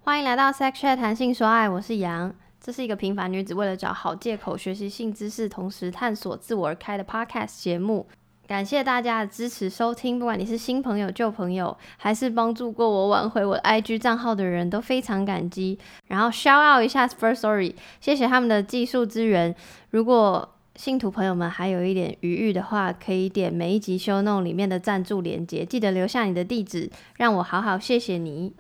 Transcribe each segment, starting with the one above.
欢迎来到 Sex Chat 谈性说爱，我是杨。这是一个平凡女子为了找好借口学习性知识，同时探索自我而开的 podcast 节目。感谢大家的支持收听，不管你是新朋友、旧朋友，还是帮助过我挽回我的 IG 账号的人，都非常感激。然后 shout out 一下 Firstory， 谢谢他们的技术支援。如果信徒朋友们还有一点余裕的话，可以点每一集 show note 里面的赞助连结，记得留下你的地址，让我好好谢谢你。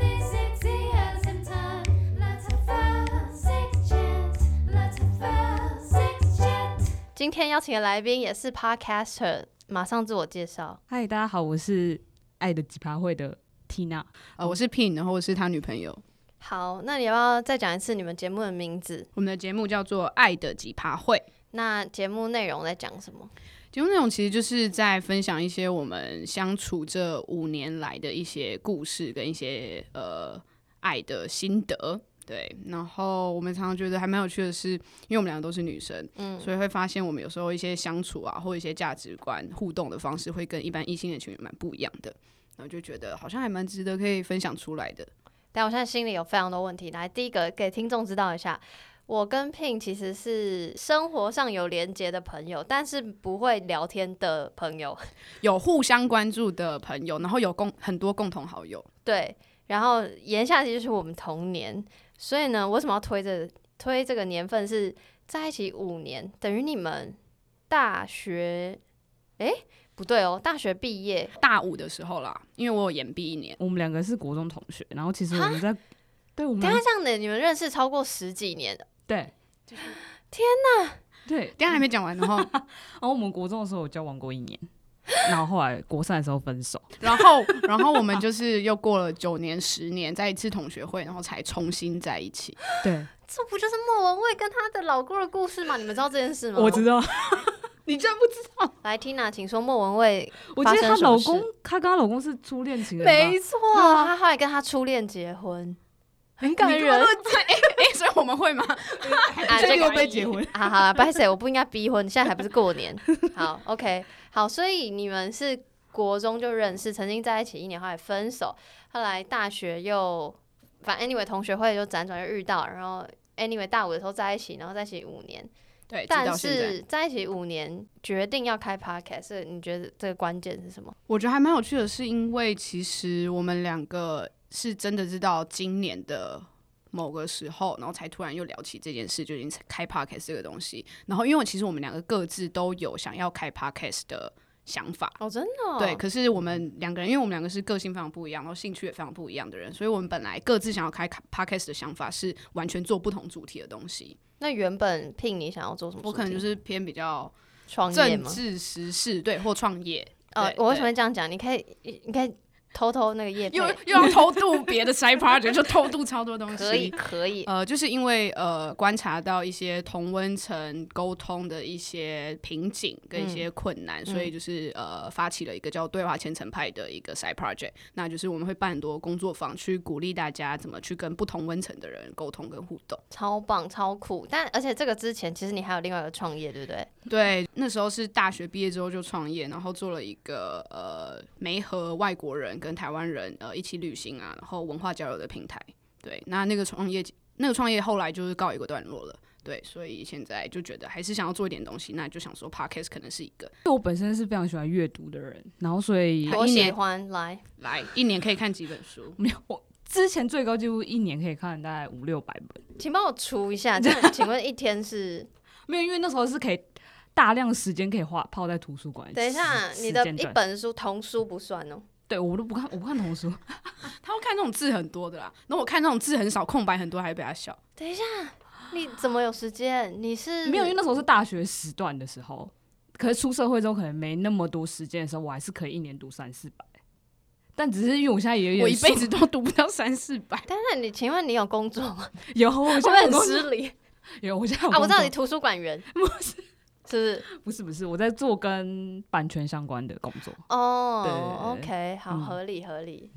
今天邀请的来宾也是 podcaster， 马上自我介绍。 嗨，大家好，我是爱的奇葩会的 Tina， 我是 Pin， 然后我是他女朋友。 好，那你要不要再讲一次你们节目的名字？ 我们的节目叫做爱的奇葩会。 那节目内容在讲什么？ 节目内容其实就是在分享一些我们相处这5年来的一些故事跟一些爱的心得。对，然后我们常常觉得还蛮有趣的是，因为我们两个都是女生，所以会发现我们有时候一些相处啊，或一些价值观互动的方式，会跟一般异性恋情侣蛮不一样的。然后就觉得好像还蛮值得可以分享出来的。 但我现在心里有非常多问题，来，第一个给听众知道一下，我跟 Pin 其实是生活上有连结的朋友，但是不会聊天的朋友， 有互相关注的朋友，然后有很多共同好友。 对，然后言下之意就是我们同年。所以呢，为什么要推这个年份是在一起5年，等于你们大学，不对哦，大学毕业大5的时候啦，因为我有延毕1年。 我们两个是国中同学，然后其实我们在，对，我们等一下这样的，你们认识超过10几年的， 对， 天哪， 对， 等一下还没讲完，然后然后我们国中的时候有交往过1年。然后后来国3的时候分手， 然后我们就是又过了9年10年，在一次同学会，然后才重新在一起。 对， 这不就是莫文蔚跟她的老公的故事吗？你们知道这件事吗？ 我知道。 你居然不知道？ 来 Tina， 请说莫文蔚我记得她老公， 她跟她老公是初恋情人吧？ 没错，她后来跟她初恋结婚，很感人。 所以我们会吗？ 这个被结婚。 好了，不好意思，我不应该逼婚，现在还不是过年。好 ，OK， 好，所以你们是国中就认识，曾经在一起1年，后来分手，后来大学又反正 anyway 同学会就辗转又遇到，然后 anyway 大5的时候在一起，然后在一起5年。 对， 但是在一起5年，决定要开 podcast， 你觉得这个关键是什么？ 我觉得还蛮有趣的，是因为其实我们两个是真的知道今年的某个时候，然后才突然又聊起这件事，就已经开 podcast 这个东西。然后因为其实我们两个各自都有想要开 podcast 的想法。 哦，真的哦？ 对，可是我们两个人，因为我们两个是个性非常不一样，然后兴趣也非常不一样的人，所以我们本来各自想要开 podcast 的想法是完全做不同主题的东西。 那原本 Pin 你想要做什么主题？ 我可能就是偏比较创业吗？ 政治时事，对，或创业。 我为什么会这样讲？你可以偷偷那个业配， 又要偷渡别的 side project， 就偷渡超多东西。 可以。 就是因为观察到一些同温层沟通的一些瓶颈跟一些困难，所以就是发起了一个叫对话千层派的一个 side project。那就是我们会办很多工作坊，去鼓励大家怎么去跟不同温层的人沟通跟互动。 超棒超酷！但而且这个之前其实你还有另外一个创业，对不对？ 对，那时候是大学毕业之后就创业，然后做了一个媒合外国人跟台湾人一起旅行啊，然后文化交流的平台。对，那个创业后来就是告一个段落了。对，所以现在就觉得还是想要做一点东西，那就想说 podcast 可能是一个。 我本身是非常喜欢阅读的人，然后所以我喜欢来 1年可以看几本书？ 没有，我之前最高纪录1年可以看大概500-600本。 请帮我除一下，这样请问一天是？ 没有，因为那时候是可以大量时间可以泡在图书馆。 等一下，你的一本书童书不算哦。 对，我不看童书。 他会看那种字很多的啦，然后我看那种字很少、空白很多，还被他笑。 等一下，你怎么有时间？你是没有，因为那时候是大学时段的时候，可是出社会之后可能没那么多时间的时候，我还是可以1年读300-400。但只是因为我现在也有点， 我一辈子都读不到300-400。 但是请问你有工作吗？ 有，我现在很失礼。 有，我现在有工作。 我知道你图书馆员，不是， 我在做跟版权相关的工作。 哦， OK， 好，合理。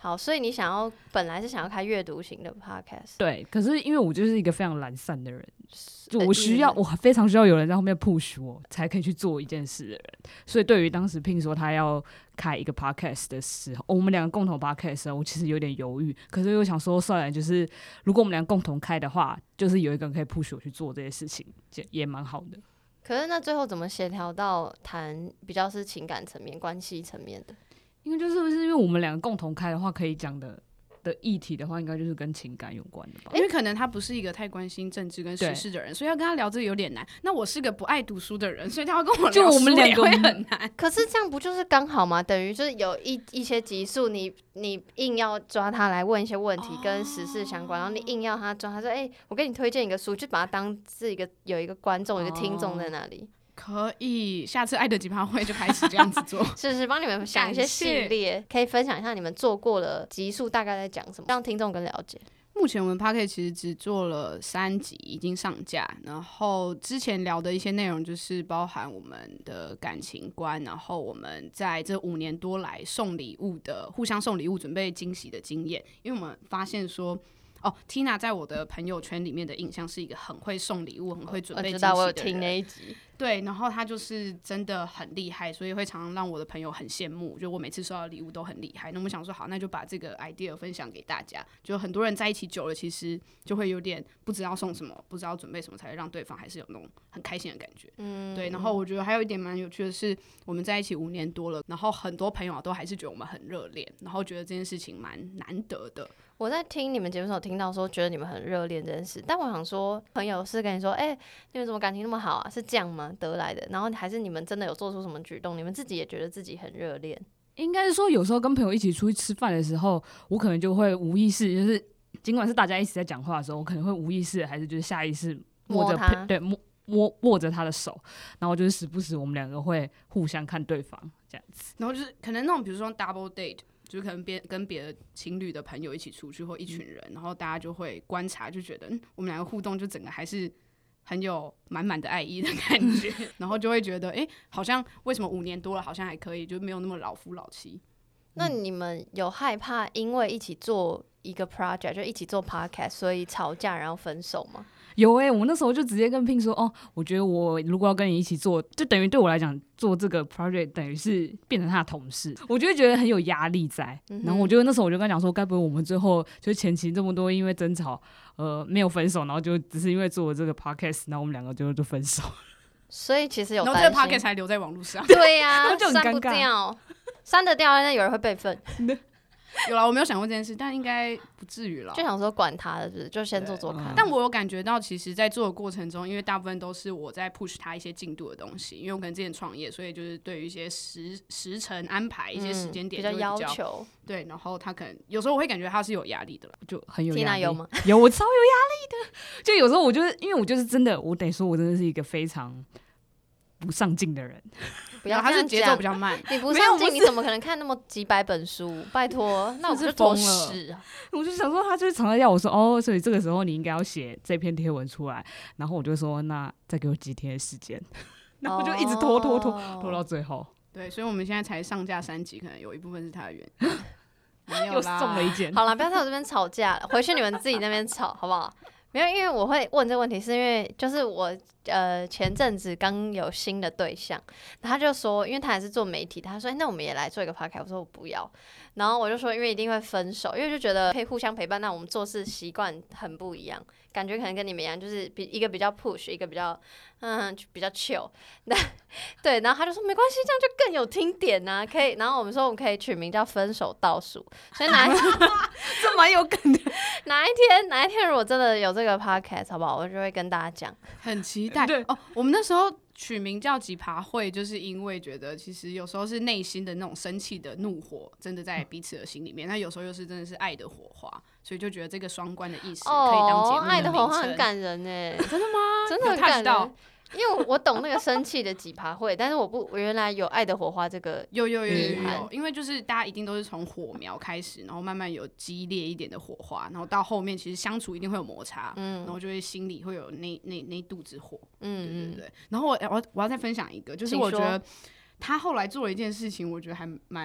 好，所以你本来是想要开阅读型的 podcast， 对，可是因为我就是一个非常懒散的人，就我意非常需要有人在后面 push 我，才可以去做一件事的人。所以对于当时Pin说他要开一个 podcast 的时候，我们两个共同 podcast 的时候，我其实有点犹豫。可是又想说，算了，就是如果我们俩共同开的话，就是有一个人可以 push 我去做这些事情，也蛮好的。 可是那最后怎么协调到谈比较是情感层面、关系层面的？ 因为就是因为我们两个共同开的话，可以讲的议题的话，应该就是跟情感有关的吧？ 因为可能他不是一个太关心政治跟时事的人，所以要跟他聊这个有点难。那我是个不爱读书的人，所以他要跟我聊就我们两个书也会很难。 可是这样不就是刚好吗？等于就是有一些集数，你硬要抓他来问一些问题跟时事相关，然后你硬要他抓，他说：“我给你推荐一个书，就把它当是有一个观众、一个听众在那里。” 可以，下次爱的奇葩会就开始这样子做， 是帮你们想一些系列，可以分享一下你们做过的集数大概在讲什么，让听众更了解。 目前我们 Podcast 其实只做了3集，已经上架。然后之前聊的一些内容就是包含我们的感情观，然后我们在这5年多来互相送礼物、准备惊喜的经验。因为我们发现说，Tina 在我的朋友圈里面的印象是一个很会送礼物、很会准备惊喜的人。 我知道，我有听那一集。 对，然后他就是真的很厉害，所以会常常让我的朋友很羡慕。就我每次收到的礼物都很厉害，那我们想说好，那就把这个 idea 分享给大家。就很多人在一起久了，其实就会有点不知道送什么，不知道准备什么，才会让对方还是有那种很开心的感觉。对。然后我觉得还有一点蛮有趣的是，我们在一起5年多了，然后很多朋友都还是觉得我们很热恋，然后觉得这件事情蛮难得的。 我在听你们节目的时候听到说，觉得你们很热恋这件事，但我想说，朋友是跟你说，你们怎么感情那么好啊？是这样吗？得来的？然后还是你们真的有做出什么举动？你们自己也觉得自己很热恋？ 应该是说，有时候跟朋友一起出去吃饭的时候，我可能就会无意识，就是尽管是大家一起在讲话的时候，我可能会无意识，还是就是下意识摸他， 对，握着他的手，然后就是时不时我们两个会互相看对方这样子。 然后就是可能那种比如说 double date。就是可能跟别的情侣的朋友一起出去，或一群人，然后大家就会观察，就觉得我们两个互动就整个还是很有满满的爱意的感觉，然后就会觉得好像为什么5年多了好像还可以，就没有那么老夫老妻。 那你们有害怕因为一起做一个 project 就一起做 podcast 所以吵架然后分手吗？ 有我那时候就直接跟 Pin 说，我觉得我如果要跟你一起做，就等于对我来讲做这个 project 等于是变成他的同事，我就会觉得很有压力在。然后我觉得那时候我就跟他讲说，该不会我们最后就前期这么多因为争吵没有分手，然后就只是因为做了这个 podcast， 然后我们两个就分手。 所以其实有担心， 然后这个 podcast 还留在网络上。 对呀， 就很尴尬， 删不掉，删得掉，那有人会备份。 有啦，我没有想过这件事，但应该不至于啦。 就想说管他的，就先做看。 但我有感觉到，其实，在做的过程中，因为大部分都是我在 push 他一些进度的东西，因为我可能之前创业，所以就是对于一些时程安排、一些时间点就会比较要求。 对，然后他可能有时候我会感觉他是有压力的啦， 就很有压力。 Tina 有吗？ 有，我超有压力的。就有时候我就是因为我就是真的，我得说我真的是一个非常不上进的人。 不要， 他是节奏比较慢。 你不上进，你怎么可能看那么几百本书？拜托，那我就做事啊！ 我就想说，他就是常常要我说，所以这个时候你应该要写这篇贴文出来。然后我就说，那再给我几天的时间。然后我就一直拖到最后。 对，所以我们现在才上架3集，可能有一部分是他的原因。没有啦， 又中了一箭。 好了，不要在我这边吵架了，回去你们自己那边吵，好不好？没有，因为我会问这个问题，是因为就是我前阵子刚有新的对象，他就说，因为他也是做媒体，他说，那我们也来做一个 podcast， 我说我不要，然后我就说，因为一定会分手，因为就觉得可以互相陪伴，那我们做事习惯很不一样，感觉可能跟你们一样，就是一个比较 push， 一个比较比较 chill， 那对，然后他就说没关系，这样就更有听点啊，可以，然后我们说我们可以取名叫分手倒数，所以这蛮有梗的。 哪一天如果真的有这个 podcast 好不好，我就会跟大家讲， 很期待。对哦，我们那时候取名叫奇葩会，就是因为觉得其实有时候是内心的那种生气的怒火，真的在彼此的心里面，那有时候又是真的是爱的火花，所以就觉得这个双关的意思可以当节目的名称。 爱的火花很感人耶， 真的吗？ 真的很感人。因为我懂那个生气的奇葩会，但是我原来有爱的火花这个有，因为就是大家一定都是从火苗开始，然后慢慢有激烈一点的火花，然后到后面其实相处一定会有摩擦，然后就会心里会有那肚子火，对。然后我要再分享一个，就是我觉得他后来做了一件事情，我觉得还蛮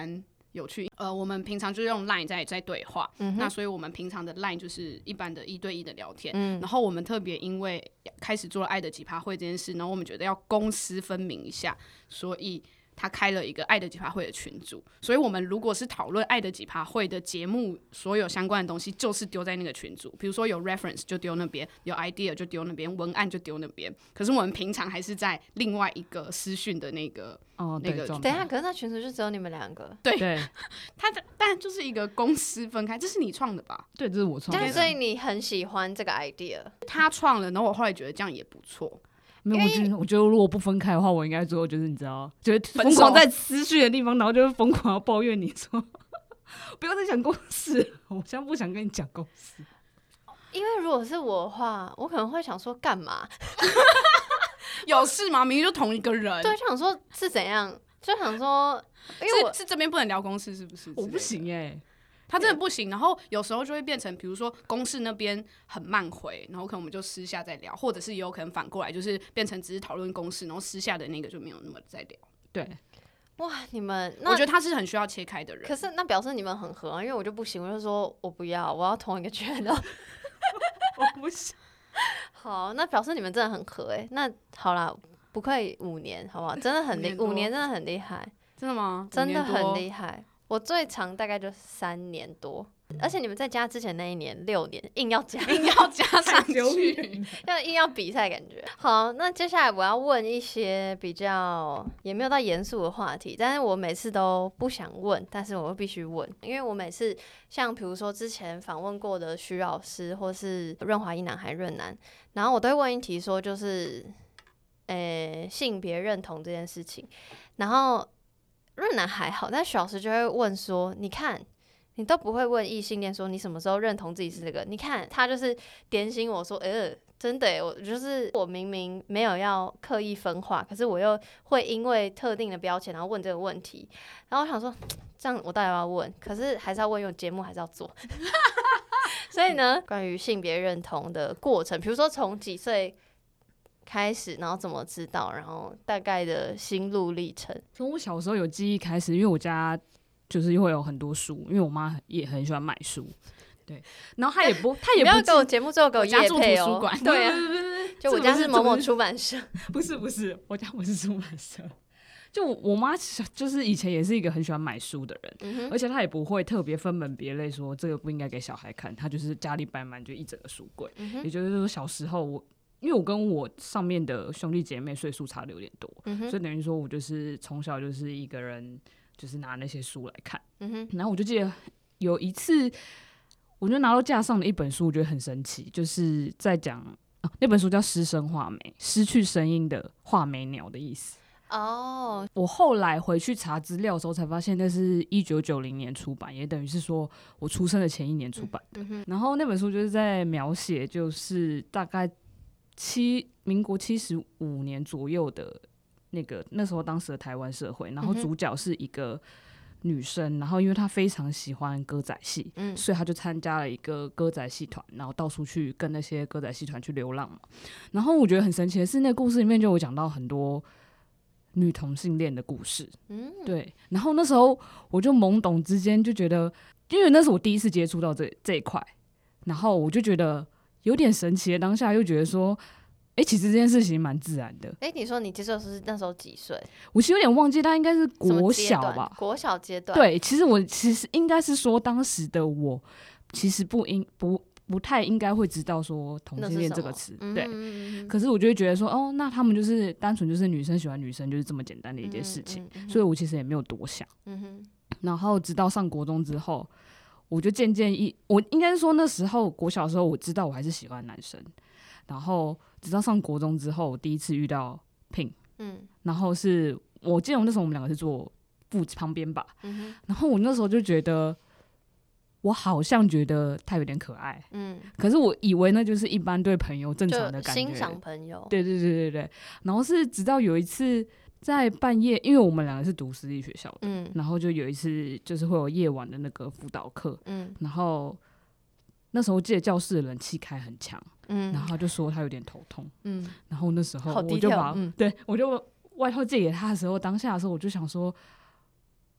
有趣。我们平常就是用 LINE 在对话，那所以我们平常的 LINE 就是一般的1对1的聊天。然后我们特别因为开始做了爱的几趴会这件事，然后我们觉得要公私分明一下，所以他开了一个爱的几趴会的群组，所以我们如果是讨论爱的几趴会的节目，所有相关的东西就是丢在那个群组，比如说有 reference 就丢那边，有 idea 就丢那边，文案就丢那边。可是我们平常还是在另外一个私讯的那个等一下，可是那群组就只有你们2个。 对， 但就是一个公私分开，这是你创的吧？ 对，这是我创的。 所以你很喜欢这个 idea， 他创了，然后我后来觉得这样也不错。 没有，我觉得如果不分开的话，我应该最后就是你知道，就是疯狂在私讯的地方，然后就会疯狂要抱怨你说，不要再讲公事，我现在不想跟你讲公事。 因为如果是我的话，我可能会想说干嘛？ 有事吗？明明就同一个人。 对，就想说是怎样，就想说，因为我是这边不能聊公事，是不是？ 我不行他真的不行，然后有时候就会变成，比如说公事那边很慢回，然后可能我们就私下再聊，或者是也有可能反过来，就是变成只是讨论公事，然后私下的那个就没有那么再聊。 对， 哇，你们， 我觉得他是很需要切开的人。 可是那表示你们很合啊，因为我就不行，我就说我不要，我要同一个圈的。 我不行。 好，那表示你们真的很合那好啦，不愧5年，好不好？真的很5年真的很厉害。 真的吗？ 真的很厉害。我最长大概就3年多，而且你们在加之前那1年6年，硬要加上去， 硬要比赛感觉。好，那接下来我要问一些比较也没有到严肃的话题，但是我每次都不想问，但是我必须问，因为我每次像比如说之前访问过的徐老师或是润滑一男孩润男，然后我都会问一题说就是性别认同这件事情，然后润男还好，但徐老师就会问说，你看你都不会问异性恋说你什么时候认同自己是这个，你看他就是点醒我说真的耶，我明明没有要刻意分化，可是我又会因为特定的标签然后问这个问题，然后我想说这样我到底要不要问，可是还是要问，因为节目还是要做所以呢，关于性别认同的过程，比如说从几岁开始，然后怎么知道，然后大概的心路历程。 从我小时候有记忆开始，因为我家就是会有很多书，因为我妈也很喜欢买书，对，然后她也不要给我节目最后给我业配图书馆， 对啊，就我家是某某出版社， 不是，我家不是出版社。就我妈就是以前也是一个很喜欢买书的人，而且她也不会特别分门别类说这个不应该给小孩看，她就是家里摆满就一整个书柜，也就是说小时候因为我跟我上面的兄弟姐妹岁数差的有点多，所以等于说我就是从小就是一个人就是拿那些书来看，然后我就记得有一次我就拿到架上的一本书，我觉得很神奇，就是在讲那本书叫《失声画眉》，失去声音的画眉鸟的意思。我后来回去查资料的时候才发现，那是1990年出版，也等于是说我出生的前1年出版的。然后那本书就是在描写，就是大概民国75年左右的那时候当时的台湾社会，然后主角是一个女生，然后因为她非常喜欢歌仔戏，所以她就参加了一个歌仔戏团，然后到处去跟那些歌仔戏团去流浪嘛。然后我觉得很神奇的是，那个故事里面就有讲到很多女同性恋的故事，对。然后那时候我就懵懂之间就觉得，因为那是我第一次接触到这一块，然后我就觉得有点神奇的当下，又觉得说，其实这件事情蛮自然的。 你说你接触的是那时候几岁？ 我其实有点忘记，他应该是国小吧？ 国小阶段。 对，其实应该是说，当时的我其实不太应该会知道说同性恋这个词，对。可是我就会觉得说，那他们就是单纯就是女生喜欢女生，就是这么简单的一件事情，所以我其实也没有多想。然后直到上国中之后，我就渐渐我应该是说那时候国小的时候，我知道我还是喜欢男生，然后直到上国中之后，我第一次遇到 Pin，然后我记得那时候我们2个是坐旁边吧，然后我那时候就觉得。我好像觉得他有点可爱，可是我以为那就是一般对朋友正常的感觉， 欣赏朋友， 对。然后是直到有一次在半夜，因为我们2个是读私立学校的，然后就有一次就是会有夜晚的那个辅导课，然后那时候记得教室的冷气开很强，然后他就说他有点头痛，然后那时候我就把我就外套借给他的时候，当下的时候我就想说。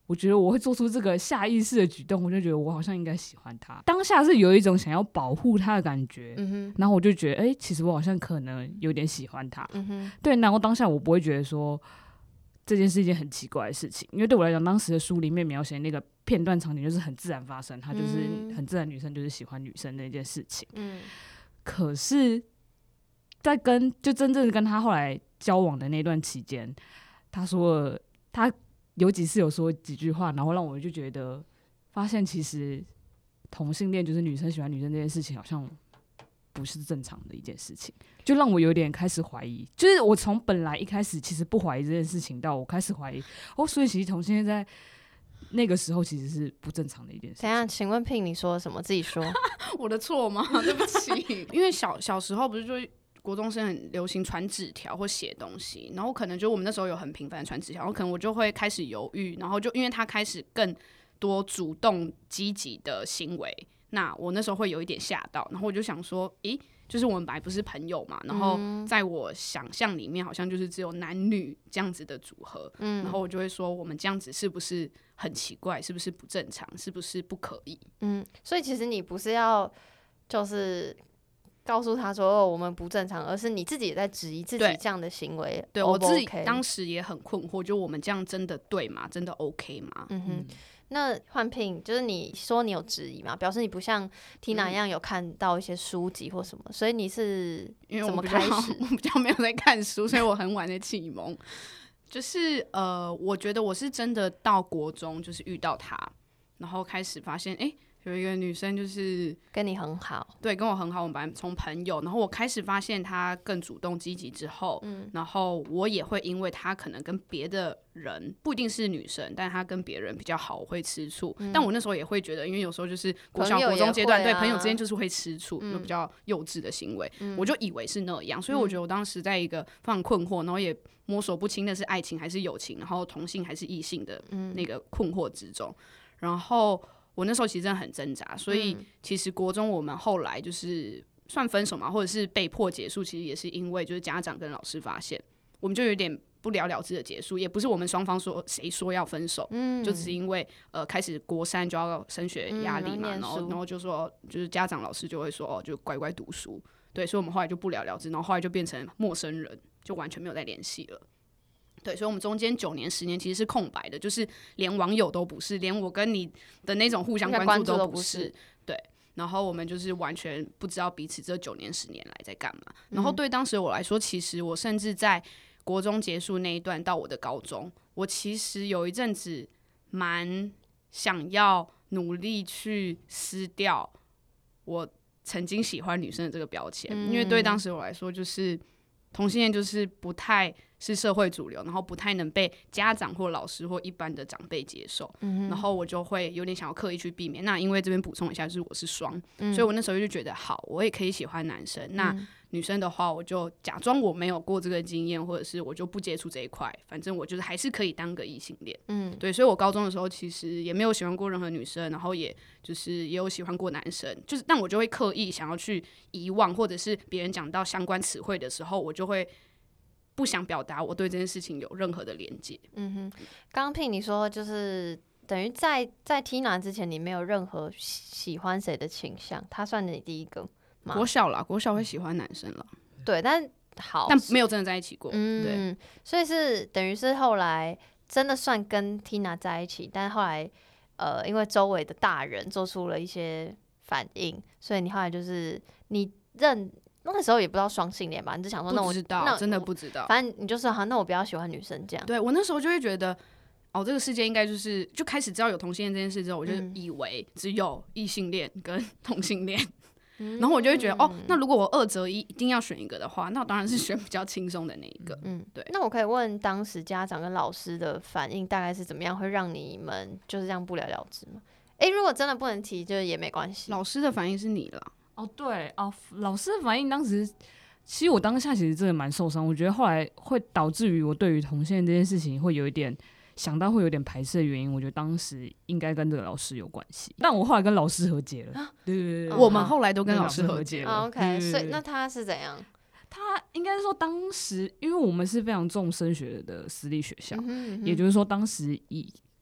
我觉得我会做出这个下意识的举动，我就觉得我好像应该喜欢他。当下是有一种想要保护他的感觉，然后我就觉得，其实我好像可能有点喜欢他。对，然后当下我不会觉得说这件是一件很奇怪的事情，因为对我来讲，当时的书里面描写那个片段场景就是很自然发生，他就是很自然，女生就是喜欢女生的一件事情。可是，在就真正跟他后来交往的那段期间，他说了他有几次有说几句话，然后让我就觉得，发现其实同性恋就是女生喜欢女生这件事情，好像不是正常的一件事情，就让我有点开始怀疑。就是我从本来一开始其实不怀疑这件事情，到我开始怀疑，所以其实同性恋在那个时候其实是不正常的一件事情。 等一下，请问Ping你说什么？自己说。 我的错吗？对不起。因为小时候不是就国中生很流行传纸条或写东西，然后可能就我们那时候有很频繁的传纸条，然后可能我就会开始犹豫，然后就因为他开始更多主动积极的行为，那我那时候会有一点吓到，然后我就想说，就是我们本来不是朋友嘛，然后在我想象里面好像就是只有男女这样子的组合，然后我就会说我们这样子是不是很奇怪，是不是不正常，是不是不可以？ 所以其实你不是要就是告诉他说我们不正常，而是你自己也在质疑自己这样的行为。 对，我自己当时也很困惑，就我们这样真的对吗？真的 OK 吗？ 那焕Ping，就是你说你有质疑嘛，表示你不像 Tina 一样有看到一些书籍或什么，所以你是怎么开始？ 我比较没有在看书，所以我很晚在启蒙。就是我觉得我是真的到国中就是遇到他，然后开始发现有一个女生就是跟你很好， 对，跟我很好，我们本来从朋友，然后我开始发现她更主动积极之后，然后我也会因为她可能跟别的人不一定是女生，但她跟别人比较好，我会吃醋。但我那时候也会觉得，因为有时候就是国小、国中阶段，对朋友之间就是会吃醋，就比较幼稚的行为，我就以为是那样，所以我觉得我当时在一个非常困惑，然后也摸索不清的是爱情还是友情，然后同性还是异性的那个困惑之中，然后。我那时候其实真的很挣扎，所以其实国中我们后来就是算分手嘛，或者是被迫结束，其实也是因为就是家长跟老师发现，我们就有点不了了之的结束，也不是我们双方说谁说要分手，就只是因为开始国3就要升学压力嘛，然后就说就是家长老师就会说就乖乖读书，对，所以我们后来就不了了之，然后后来就变成陌生人，就完全没有再联系了。对，所以我们中间9年10年其实是空白的，就是连网友都不是，连我跟你的那种互相关注都不是。对，然后我们就是完全不知道彼此这9年10年来在干嘛。然后对当时我来说，其实我甚至在国中结束那一段到我的高中，我其实有一阵子蛮想要努力去撕掉我曾经喜欢女生的这个标签，因为对当时我来说，就是同性恋就是不太是社会主流，然后不太能被家长或老师或一般的长辈接受，然后我就会有点想要刻意去避免。那因为这边补充一下，就是我是双，所以我那时候就觉得好，我也可以喜欢男生。那女生的话，我就假装我没有过这个经验，或者是我就不接触这一块，反正我就是还是可以当个异性恋。对，所以我高中的时候其实也没有喜欢过任何女生，然后也就是也有喜欢过男生，就是但我就会刻意想要去遗忘，或者是别人讲到相关词汇的时候，我就会不想表达我对这件事情有任何的连结。 刚刚Ping你说就是等于在 Tina 之前，你没有任何喜欢谁的倾向，他算你第一个吗？ 国小啦，国小会喜欢男生啦， 对，但没有真的在一起过。对， 所以是等于是后来真的算跟 Tina 在一起，但后来因为周围的大人做出了一些反应，所以你后来就是你那时候也不知道双性恋吧，你只想说那我不知道，真的不知道， 反正你就是好，那我不要喜欢女生这样。 对，我那时候就会觉得这个世界应该就开始知道有同性恋这件事之后，我就以为只有异性恋跟同性恋。然后我就会觉得那如果我2择1一定要选一个的话，那我当然是选比较轻松的那一个。对。 那我可以问当时家长跟老师的反应大概是怎么样，会让你们就是这样不了了之吗？如果真的不能提，就是也没关系。 老师的反应是你啦。 对老师的反应当时，其实我当下其实真的蛮受伤。我觉得后来会导致于我对于同性恋这件事情会有一点想到会有点排斥的原因，我觉得当时应该跟这个老师有关系。但我后来跟老师和解了。对， 我们后来都跟老师和解了。 OK， 所以那他是怎样？ 他应该是说当时，因为我们是非常重升学的私立学校，也就是说当时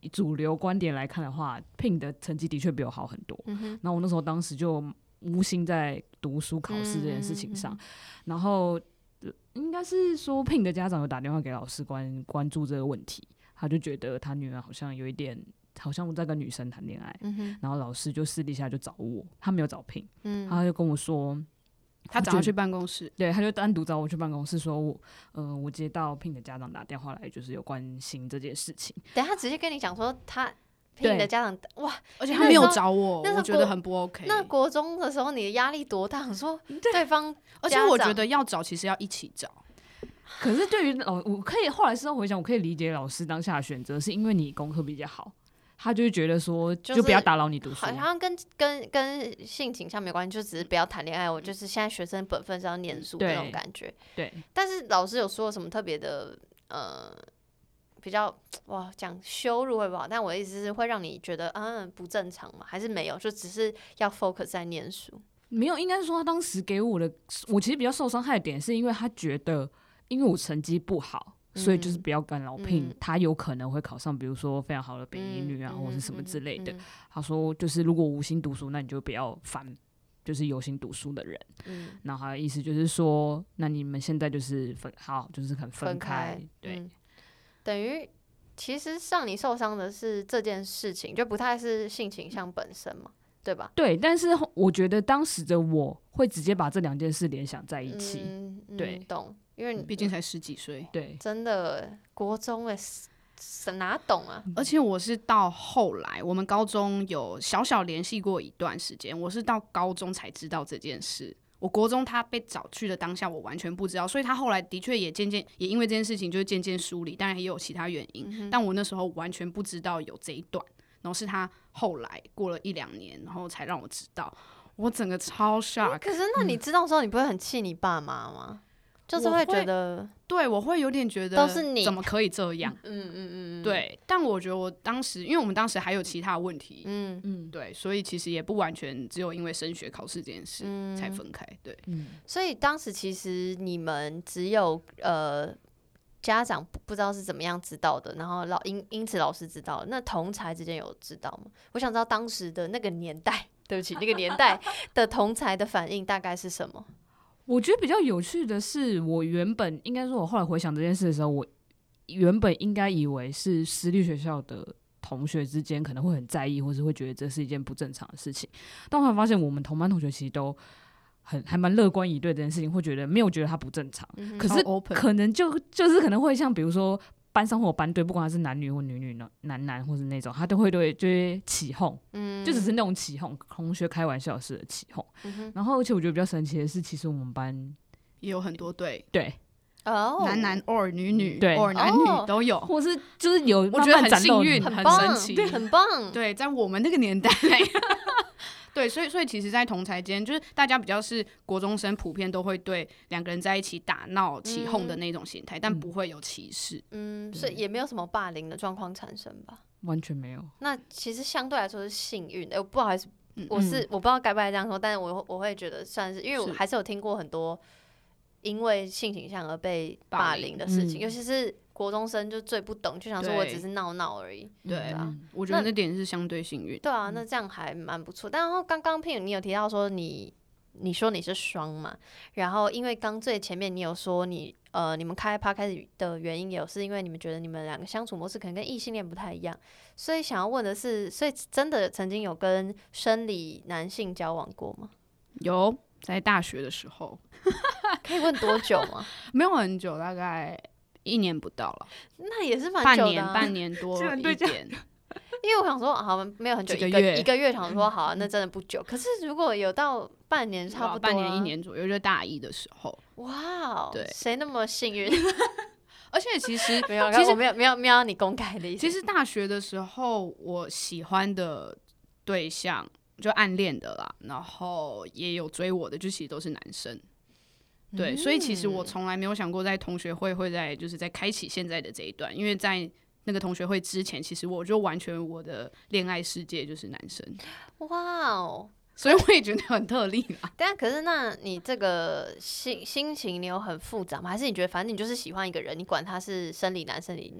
主流观点来看的话，Pin 的成绩的确比我好很多。然后我那时候当时就无心在读书考试这件事情上，然后应该是说 Pin 的家长有打电话给老师关注这个问题，他就觉得他女儿好像有一点。好像我在跟女生谈恋爱，然后老师就私底下就找我，他没有找 Pin，他就跟我说， 他找他去办公室， 对，他就单独找我去办公室说我接到 Pin 的家长打电话来，就是有关心这件事情。 等下直接跟你讲说他 Pin 的家长哇， 而且他没有找我，我觉得很不 OK。 那国中的时候你的压力多大？说对方， 而且我觉得要找其实要一起找。 可是对于我可以后来事后回想，我可以理解老师当下的选择，是因为你功课比较好。他就会觉得说，就不要打扰你读书， 好像跟性倾向没关系，就只是不要谈恋爱。我就是现在学生本分是要念书的那种感觉。 对。 但是老师有说什么特别的比较哇讲羞辱会不好？但我的意思是会让你觉得不正常吗？还是没有？就只是要 focus 在念书？ 没有，应该是说他当时给我的，我其实比较受伤害的点是因为他觉得，因为我成绩不好。所以就是不要干扰 Pin，他有可能会考上，比如说非常好的北一女啊，或者是什么之类的。他说，就是如果无心读书，那你就不要烦，就是有心读书的人。然后他的意思就是说，那你们现在就是就是很分开，对。 等于其实让你受伤的是这件事情，就不太是性倾向本身嘛，对吧？ 对，但是我觉得当时的我会直接把这两件事联想在一起，对， 懂。因为你毕竟才10几岁， 对， 真的国中哪懂啊？ 而且我是到后来，我们高中有小小联系过一段时间，我是到高中才知道这件事。我国中他被找去的当下，我完全不知道，所以他后来的确也也因为这件事情就是渐渐梳理，当然也有其他原因，但我那时候完全不知道有这一段，然后是他后来过了1-2年，然后才让我知道，我整个超 shock。 可是那你知道的时候，你不会很气你爸妈吗？就是会觉得， 对，我会有点觉得都是你， 怎么可以这样？对。但我觉得我当时，因为我们当时还有其他问题，对，所以其实也不完全只有因为升学考试这件事才分开，对。 所以当时其实你们只有家长不知道是怎么样知道的，然后因此老师知道了，那同侪之间有知道吗？我想知道当时的那个年代，对不起，那个年代的同侪的反应大概是什么？ 我觉得比较有趣的是，我原本应该说，我后来回想这件事的时候，我原本应该以为是私立学校的同学之间可能会很在意，或是会觉得这是一件不正常的事情。但后来发现，我们同班同学其实都还蛮乐观以对这件事情，会觉得没有觉得它不正常。可是可能就是可能会像比如说班上或班队，不管他是男女或女女、男男或是那种，他都会就会起哄，就只是那种起哄，同学开玩笑式的起哄。然后而且我觉得比较神奇的是，其实我们班也有很多对。 男男 or 女女对 or 男女都有， 或是就是有我觉得很幸运，很神奇， 对，很棒。 对，在我们那个年代，对，所以其实，在同侪间，就是大家比较是国中生，普遍都会对两个人在一起打闹、起哄的那种心态，但不会有歧视。 所以也没有什么霸凌的状况产生吧？ 完全没有。 那其实相对来说是幸运的。不好意思，我不知道该不该这样说，但是我会觉得算是，因为我还是有听过很多因为性倾向而被霸凌的事情，尤其是国中生就最不懂，就想说我只是闹闹而已。 对啊，我觉得那点是相对幸运。 对啊，那这样还蛮不错。然后刚刚 Pin 你有提到说你说你是双嘛，然后因为刚最前面你有说你们开 podcast 的原因也是因为你们觉得你们两个相处模式可能跟异性恋不太一样，所以想要问的是，所以真的曾经有跟生理男性交往过吗？ 有，在大学的时候。 可以问多久吗？ 没有很久，大概1年不到了。 那也是蛮久的半年多一点。 因为我想说，好，没有很久，一个月想说好，那真的不久。可是如果有到半年，差不多半年1年左右，就大一的时候。 哇， 对， 谁那么幸运？ 而且其实没有，我没有要你公开的意思。 其实大学的时候，我喜欢的对象就暗恋的啦，然后也有追我的，就其实都是男生。对，所以其实我从来没有想过在同学会就是在开启现在的这一段，因为在那个同学会之前，其实我就完全我的恋爱世界就是男生。 哇哦！ 所以我也觉得很特例啦。 对啊，可是那你这个心情你有很复杂吗？还是你觉得反正你就是喜欢一个人，你管他是生理男生理女？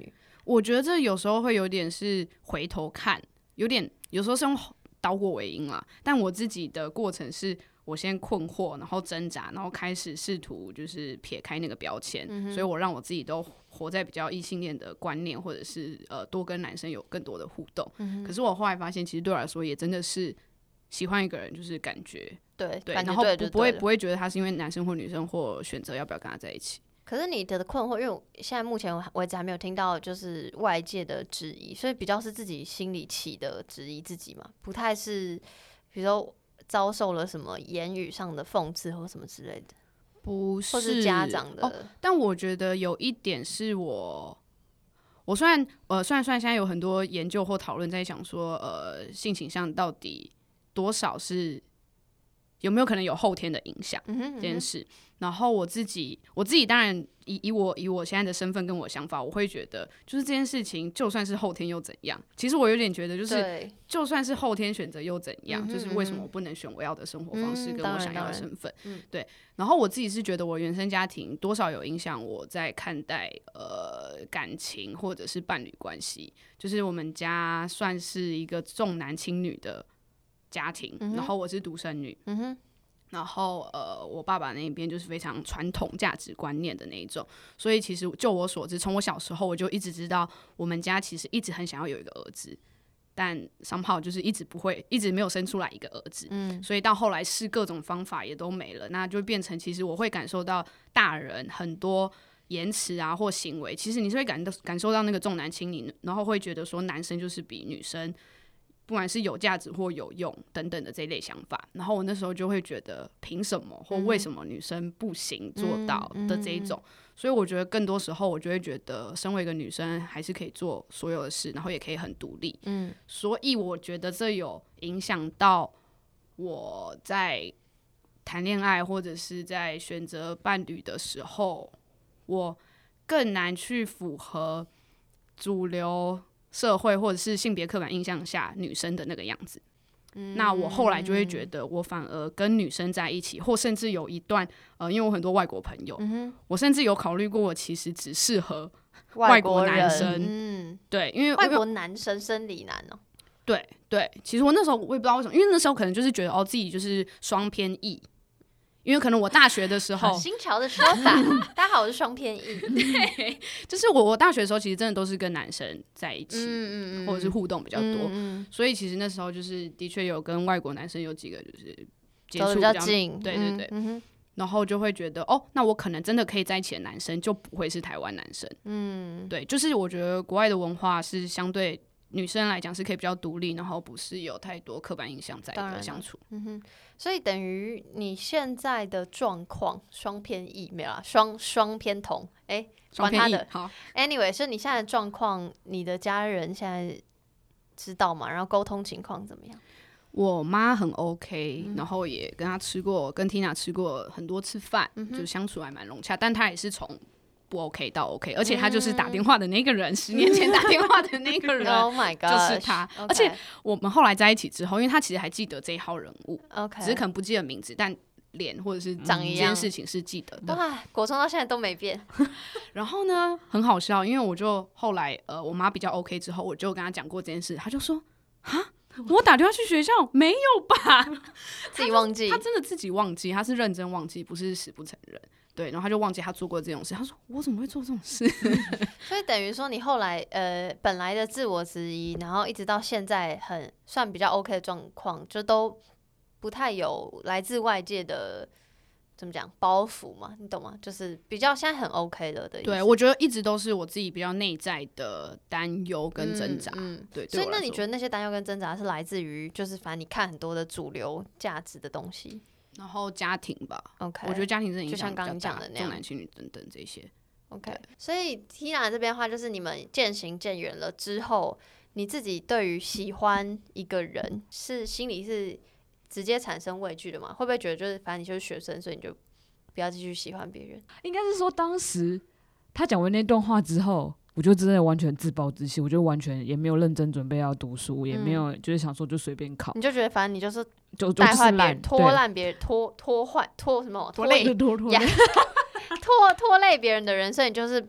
我觉得这有时候会有点是回头看，有时候是用倒果为因啦。但我自己的过程是，我先困惑，然后挣扎，然后开始试图就是撇开那个标签，所以我让我自己都活在比较异性恋的观念，或者是多跟男生有更多的互动。可是我后来发现，其实对我来说也真的是喜欢一个人，就是感觉对， 然后不会觉得他是因为男生或女生或选择要不要跟他在一起。 可是你的困惑，因为我现在目前为止还没有听到就是外界的质疑，所以比较是自己心里起的质疑自己嘛，不太是比如说遭受了什么言语上的讽刺或什么之类的， 不是， 或是家长的。 但我觉得有一点是我虽然现在有很多研究或讨论在想说，性倾向到底多少是有没有可能有后天的影响这件事。然后我自己当然以我现在的身份跟我的想法，我会觉得就是这件事情就算是后天又怎样？其实我有点觉得就是就算是后天选择又怎样？就是为什么我不能选我要的生活方式跟我想要的身份？对。然后我自己是觉得我原生家庭多少有影响我在看待感情或者是伴侣关系。就是我们家算是一个重男轻女的家庭，然后我是独生女。然后我爸爸那边就是非常传统价值观念的那一种，所以其实就我所知，从我小时候我就一直知道，我们家其实一直很想要有一个儿子，但 somehow 就是一直没有生出来一个儿子，所以到后来试各种方法也都没了，那就变成其实我会感受到大人很多言辞啊或行为，其实你是会感受到那个重男轻女，然后会觉得说男生就是比女生不管是有价值或有用等等的这一类想法，然后我那时候就会觉得凭什么或为什么女生不行做到的这一种，所以我觉得更多时候我就会觉得身为一个女生还是可以做所有的事，然后也可以很独立，所以我觉得这有影响到我在谈恋爱或者是在选择伴侣的时候，我更难去符合主流社会或者是性别刻板印象下女生的那个样子。那我后来就会觉得我反而跟女生在一起，或甚至有一段因为我很多外国朋友，我甚至有考虑过我其实只适合外国男生。对，因为外国男生生理男哦。 对，其实我那时候我也不知道为什么，因为那时候可能就是觉得自己就是双偏异，因为可能我大学的时候新潮的说法大家好，我是双偏异。 对，就是我大学的时候其实真的都是跟男生在一起，或者是互动比较多，所以其实那时候就是的确有跟外国男生有几个就是接触比较近， 对，然后就会觉得那我可能真的可以在一起的男生就不会是台湾男生。对，就是我觉得国外的文化是相对女生来讲是可以比较独立，然后不是有太多刻板印象在的相处。 所以等于你现在的状况双偏异没有啦，双偏同，管他的。 好 ，anyway， 所以你现在的状况，你的家人现在知道吗？然后沟通情况怎么样？ 我妈很 OK，然后也跟Tina 吃过很多次饭，就相处还蛮融洽，但她也是从不 OK 到 OK， 而且他就是打电话的那个人，10年前打电话的那个人 ，Oh my god， 就是他。而且我们后来在一起之后，因为他其实还记得这一号人物，只是可能不记得名字，但脸或者是长一样， 这件事情是记得的。 哇，国中到现在都没变。 然后呢，很好笑，因为我就后来我妈比较 OK 之后，我就跟她讲过这件事，她就说哈。我打电话去学校没有吧？ 自己忘记， 他真的自己忘记，他是认真忘记，不是死不承认。对，然后他就忘记他做过这种事。他说：“我怎么会做这种事？” 所以等于说，你后来本来的自我质疑，然后一直到现在很算比较 OK 的状况，就都不太有来自外界的怎么讲包袱嘛，你懂吗？就是比较现在很 OK 了的意思。 对，我觉得一直都是我自己比较内在的担忧跟挣扎。对， 所以那你觉得那些担忧跟挣扎是来自于，就是反正你看很多的主流价值的东西？ 然后家庭吧 ，OK， 我觉得家庭真的影响比较大， 就像刚刚讲的那样， 重男轻女等等这些。 OK， 所以 Tina 这边的话，就是你们渐行渐远了之后，你自己对于喜欢一个人是心里是直接产生畏惧的吗？会不会觉得就是反正你就是学生，所以你就不要继续喜欢别人？ 应该是说当时他讲完那段话之后，我就真的完全自暴自弃，我就完全也没有认真准备要读书，也没有就是想说就随便考， 你就觉得反正你就是带坏别人， 拖烂别人，拖坏拖什么拖累拖累别人的人，所以你就是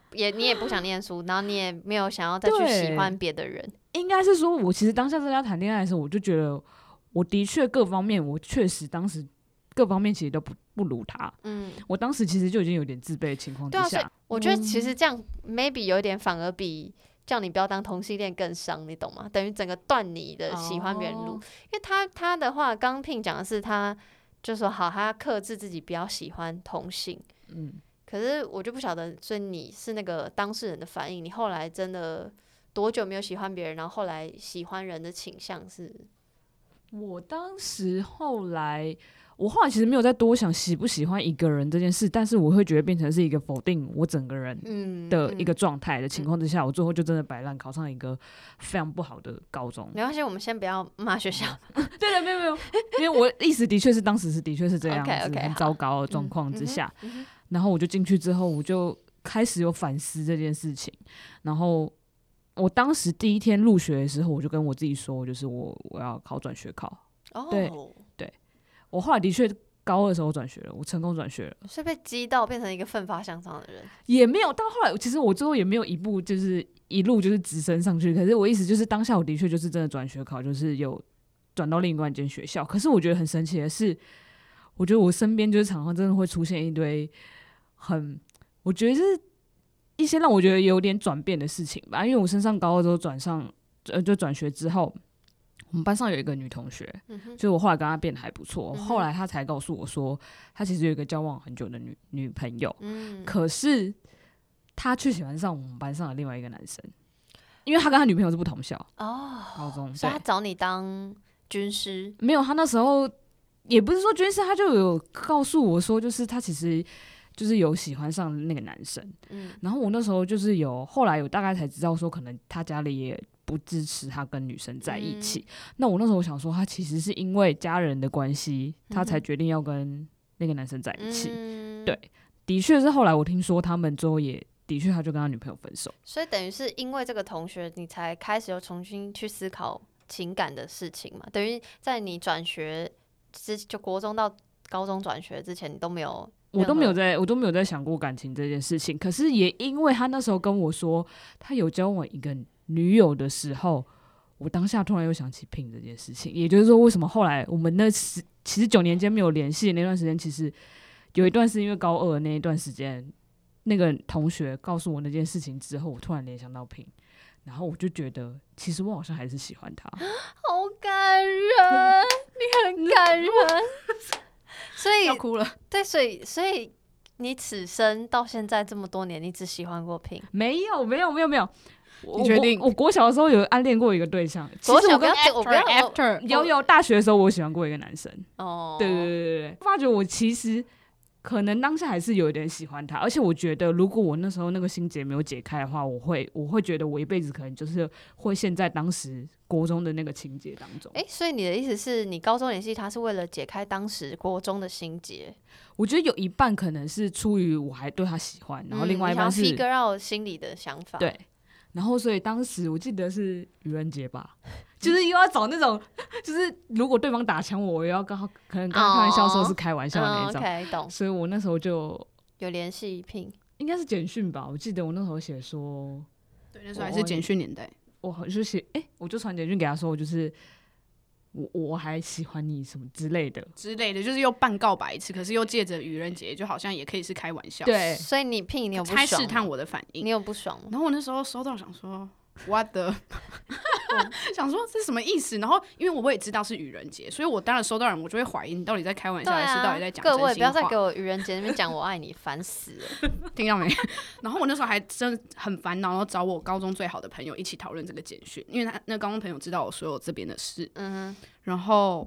你也不想念书，然后你也没有想要再去喜欢别的人。 应该是说，我其实当下在家谈恋爱的时候，我就觉得我的确各方面，我确实当时各方面其实都不如他。我当时其实就已经有点自卑的情况之下。 对啊，我觉得其实这样 maybe 有一点反而比叫你不要当同性恋更伤，你懂吗？等于整个断你的喜欢别人路。因为他的话，刚聘讲的是他就说好，他克制自己不要喜欢同性。可是我就不晓得，所以你是那个当事人的反应，你后来真的多久没有喜欢别人，然后后来喜欢人的倾向是？ 我当时后来其实没有再多想喜不喜欢一个人这件事，但是我会觉得变成是一个否定我整个人的一个状态的情况之下，我最后就真的摆烂，考上一个非常不好的高中。 没关系，我们先不要骂学校。 对的，没有，因为我意思的确是当时的确是这样子 okay, 很糟糕的状况之下，然后我就进去之后，我就开始有反思这件事情，然后。我当时第一天入学的时候，我就跟我自己说，就是我要考转学考。对，我后来的确高二的时候转学了，我成功转学了。 是被激到变成一个奋发向上的人？ 也没有，到后来其实我最后也没有一路就是直升上去。可是我意思就是当下我的确就是真的转学考，就是有转到另外一间学校。可是我觉得很神奇的是，我觉得我身边就是常常真的会出现一堆我觉得是。一些让我觉得有点转变的事情吧，因为我升上高二之后就转学之后，我们班上有一个女同学，就我后来跟她变得还不错，后来她才告诉我说，她其实有一个交往很久的女朋友，可是她却喜欢上我们班上的另外一个男生，因为她跟她女朋友是不同校高中， 所以她找你当军师？ 没有，她那时候也不是说军师，她就有告诉我说，就是她其实。就是有喜欢上那个男生，然后我那时候就是后来大概才知道说，可能他家里也不支持他跟女生在一起。那我那时候想说，他其实是因为家人的关系，他才决定要跟那个男生在一起。对，的确是后来我听说他们之后也的确他就跟他女朋友分手。 所以等于是因为这个同学，你才开始又重新去思考情感的事情嘛？等于在你转学就国中到高中转学之前，你都没有。 我都没有在想过感情这件事情，可是也因为他那时候跟我说他有交往一个女友的时候，我当下突然又想起Pin这件事情，也就是说为什么后来我们其实9年间没有联系的那段时间，其实有一段是因为高二那一段时间，那个同学告诉我那件事情之后，我突然联想到Pin，然后我就觉得其实我好像还是喜欢他。 好感人，你很感人。所以要哭了。 对，所以你此生到现在这么多年，你只喜欢过Pin？ 没有。 你确定？ 我国小的时候有暗恋过一个对象。 国小我不要 after 有大学的时候我喜欢过一个男生。 哦， 对，发觉我其实可能当下还是有点喜欢他，而且我觉得如果我那时候那个心结没有解开的话，我会觉得我一辈子可能就是会陷在当时国中的那个情节当中。 所以你的意思是你高中联系他是为了解开当时国中的心结？ 我觉得有一半可能是出于我还对他喜欢，然后另外一半是 figure out心里的想法。 对，然后所以当时我记得是愚人节吧，就是又要找那种，就是如果对方打枪我也要可能刚开玩笑说是开玩笑的那种。 OK， 懂。 所以我那时候就有联系Pin， 应该是简讯吧，我记得我那时候写说， 对，那时候还是简讯年代， 我就写我就传简讯给他说，就是我还喜欢你什么之类的， 就是又半告白一次，可是又借着愚人节，就好像也可以是开玩笑。 对， 所以你Pin你有不爽吗？ 猜试探我的反应， 你有不爽吗？ 然后我那时候收到想说，what the 想说这是什么意思？然后因为我也知道是愚人节，所以我当然收到人，我就会怀疑你到底在开玩笑，还是到底在讲真心话。 各位不要再给我愚人节那边讲我爱你，烦死了， 听到没？然后我那时候还真的很烦恼，然后找我高中最好的朋友一起讨论这个简讯，因为他那高中朋友知道我所有这边的事。然后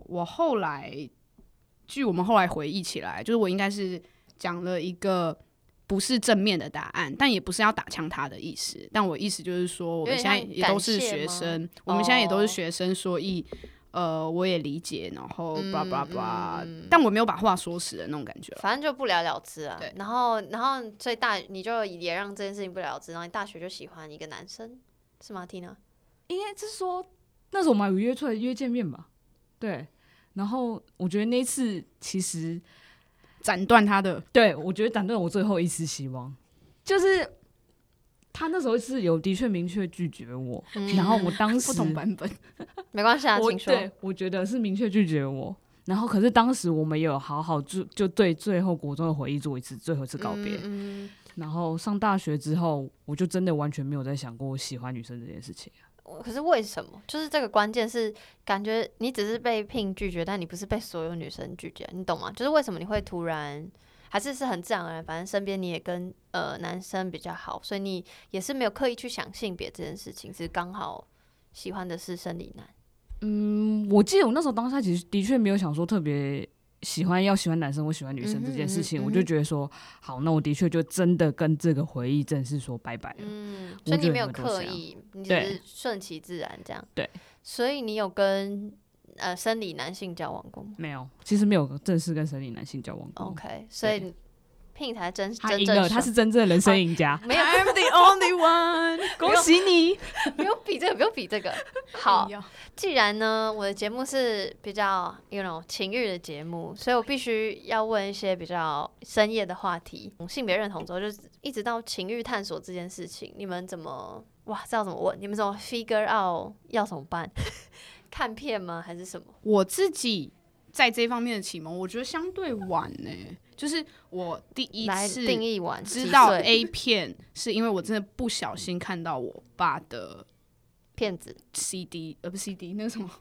据我们后来回忆起来，就是我应该是讲了一个不是正面的答案，但也不是要打枪他的意思。但我意思就是说，我们现在也都是学生，所以我也理解，然后blah blah blah，但我没有把话说死的那种感觉。 反正就不了了之啊。 对， 然后所以你就也让这件事情不了了之，然后你大学就喜欢一个男生，是吗 ，Tina？ 应该是说那时候我们有约出来约见面吧？对。然后我觉得那一次其实斩断他的， 对，我觉得斩断我最后一丝希望，就是他那时候是有的确明确拒绝我，然后我当时不同版本， 没关系啊，请说。 对，我觉得是明确拒绝我。然后可是当时我们也有好好就对最后国中的回忆做最后一次告别。然后上大学之后，我就真的完全没有再想过我喜欢女生这件事情。 可是为什么？就是这个关键是感觉你只是被聘拒绝，但你不是被所有女生拒绝，你懂吗？就是为什么你会突然，还是很自然而然，反正身边你也跟男生比较好，所以你也是没有刻意去想性别这件事情，只是刚好喜欢的是生理男。 我记得我那时候当下其实的确没有想说特别喜欢男生或喜欢女生这件事情，我就觉得说好，那我的确就真的跟这个回忆正式说拜拜了。 所以你没有刻意，你只是顺其自然这样。 对， 所以你有跟生理男性交往过吗？ 没有，其实没有正式跟生理男性交往过。 OK， 所以Pink 才他赢了，他是真正的人生赢家。 没有 I'm the only one， 恭喜你！ 不用比这个，不用比这个。好，既然呢，我的节目是比较情欲的节目，所以我必须要问一些比较深夜的话题。性别认同之后，就一直到情欲探索这件事情，你们怎么这要怎么问？你们怎么 figure out 要怎么办？看片吗？还是什么？ 我自己在这方面的启蒙，我觉得相对晚呢。就是我第一次定义完知道 A 片，是因为我真的不小心看到我爸的片子 CD， 不是 CD， 那个什么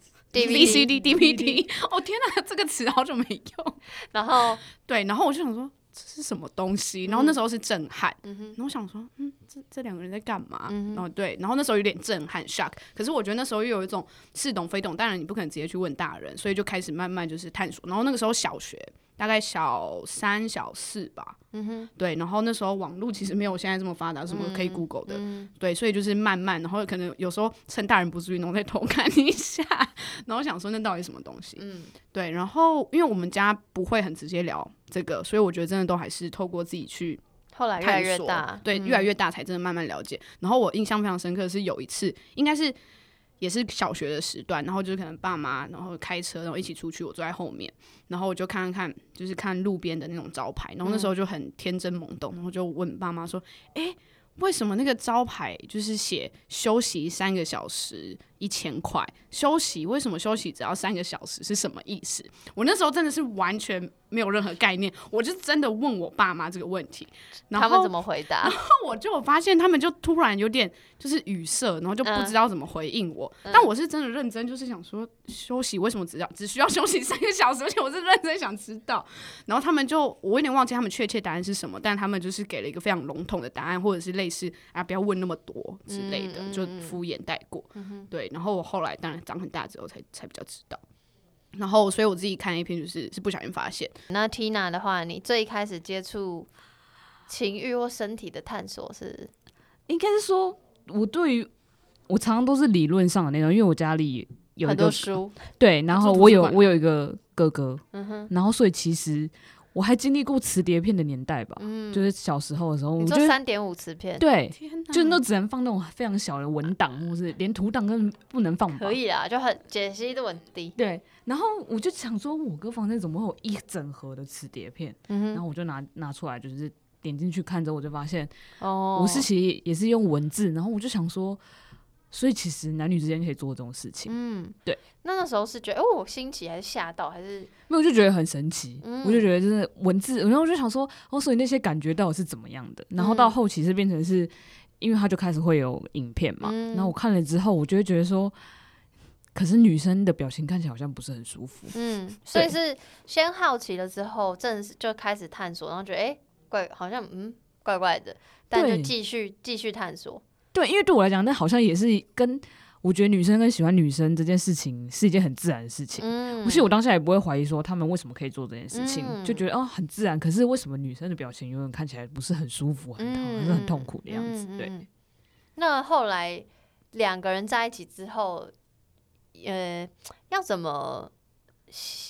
DVD。 哦天哪，这个词好久没用。 然后对，然后我就想说这是什么东西，然后那时候是震撼，然后我想说这两个人在干嘛？然后对，然后那时候有点震撼 shock， 可是我觉得那时候又有一种似懂非懂，当然你不可能直接去问大人，所以就开始慢慢就是探索。然后那个时候小学大概小3小4吧，对，然后那时候网络其实没有现在这么发达，什么可以 Google 的，对，所以就是慢慢，然后可能有时候趁大人不注意，然后再偷看一下，然后想说那到底什么东西，对，然后因为我们家不会很直接聊这个，所以我觉得真的都还是透过自己去后来越来越大， 对，越来越大才真的慢慢了解。然后我印象非常深刻的是有一次，应该是也是小学的时段，然后就是可能爸妈然后开车，然后一起出去，我坐在后面，然后我就看就是看路边的那种招牌，然后那时候就很天真懵懂，然后就问爸妈说：“为什么那个招牌就是写休息3个小时1000块？休息为什么休息只要3个小时是什么意思？”我那时候真的是完全没有任何概念，我就真的问我爸妈这个问题，然后他们怎么回答？ 然后我就发现他们就突然有点就是语塞，然后就不知道怎么回应我。但我是真的认真，就是想说休息为什么只需要休息3个小时，而且我是认真想知道。然后他们就我有点忘记他们确切答案是什么，但他们就是给了一个非常笼统的答案，或者是类似不要问那么多之类的，就敷衍带过。对，然后我后来当然长很大之后才比较知道。然后，所以我自己看A 片是不小心发现。 那 Tina 的话，你最一开始接触情欲或身体的探索是？ 应该是说，我常常都是理论上的那种，因为我家里有很多书， 对，然后我有一个哥哥，然后所以其实我还经历过磁碟片的年代吧，就是小时候的时候， 你做3.5磁片， 对，就那只能放那种非常小的文档，或是连图档根本不能放吧， 可以啦，就很解析度很低。 对，然后我就想说，我哥房间怎么会有一整盒的磁碟片？然后我就拿出来，就是点进去看之后，我就发现，我是其实也是用文字，然后我就想说，所以其实男女之间可以做这种事情，对。 那时候是觉得新奇，还是吓到，还是没有？我就觉得很神奇，我就觉得就是文字，然后我就想说，所以那些感觉到底是怎么样的？然后到后期是变成是，因为他就开始会有影片嘛，然后我看了之后，我就会觉得说，可是女生的表情看起来好像不是很舒服， 所以是先好奇了之后，正式就开始探索，然后觉得好像怪怪的，但就继续探索。 对，因为对我来讲，那好像也是跟我觉得女生跟喜欢女生这件事情是一件很自然的事情。不是我当下也不会怀疑说他们为什么可以做这件事情，就觉得很自然。可是为什么女生的表情永远看起来不是很舒服、很痛，还是很痛苦的样子？对。 那后来2个人在一起之后，要怎么？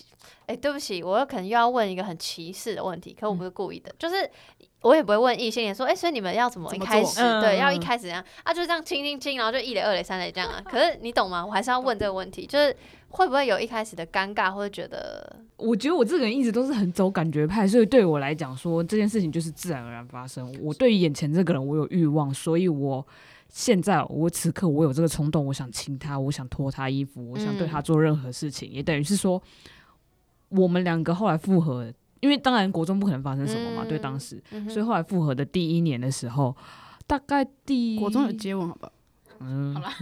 对不起，我有可能又要问一个很歧视的问题，可我不是故意的，就是我也不会问异性恋说，所以你们要怎么一开始对，要一开始怎样啊？就这样亲，然后就1垒2垒3垒这样啊？可是你懂吗？我还是要问这个问题，就是会不会有一开始的尴尬，或者觉得？ 我觉得我这个人一直都是很走感觉派，所以对我来讲说这件事情就是自然而然发生。我对眼前这个人我有欲望，所以我现在我此刻我有这个冲动，我想亲他，我想脱他衣服，我想对他做任何事情，也等于是说我们2个后来复合，因为当然国中不可能发生什么嘛，对当时，所以后来复合的第1年的时候，大概国中有接吻好不好？ 好啦，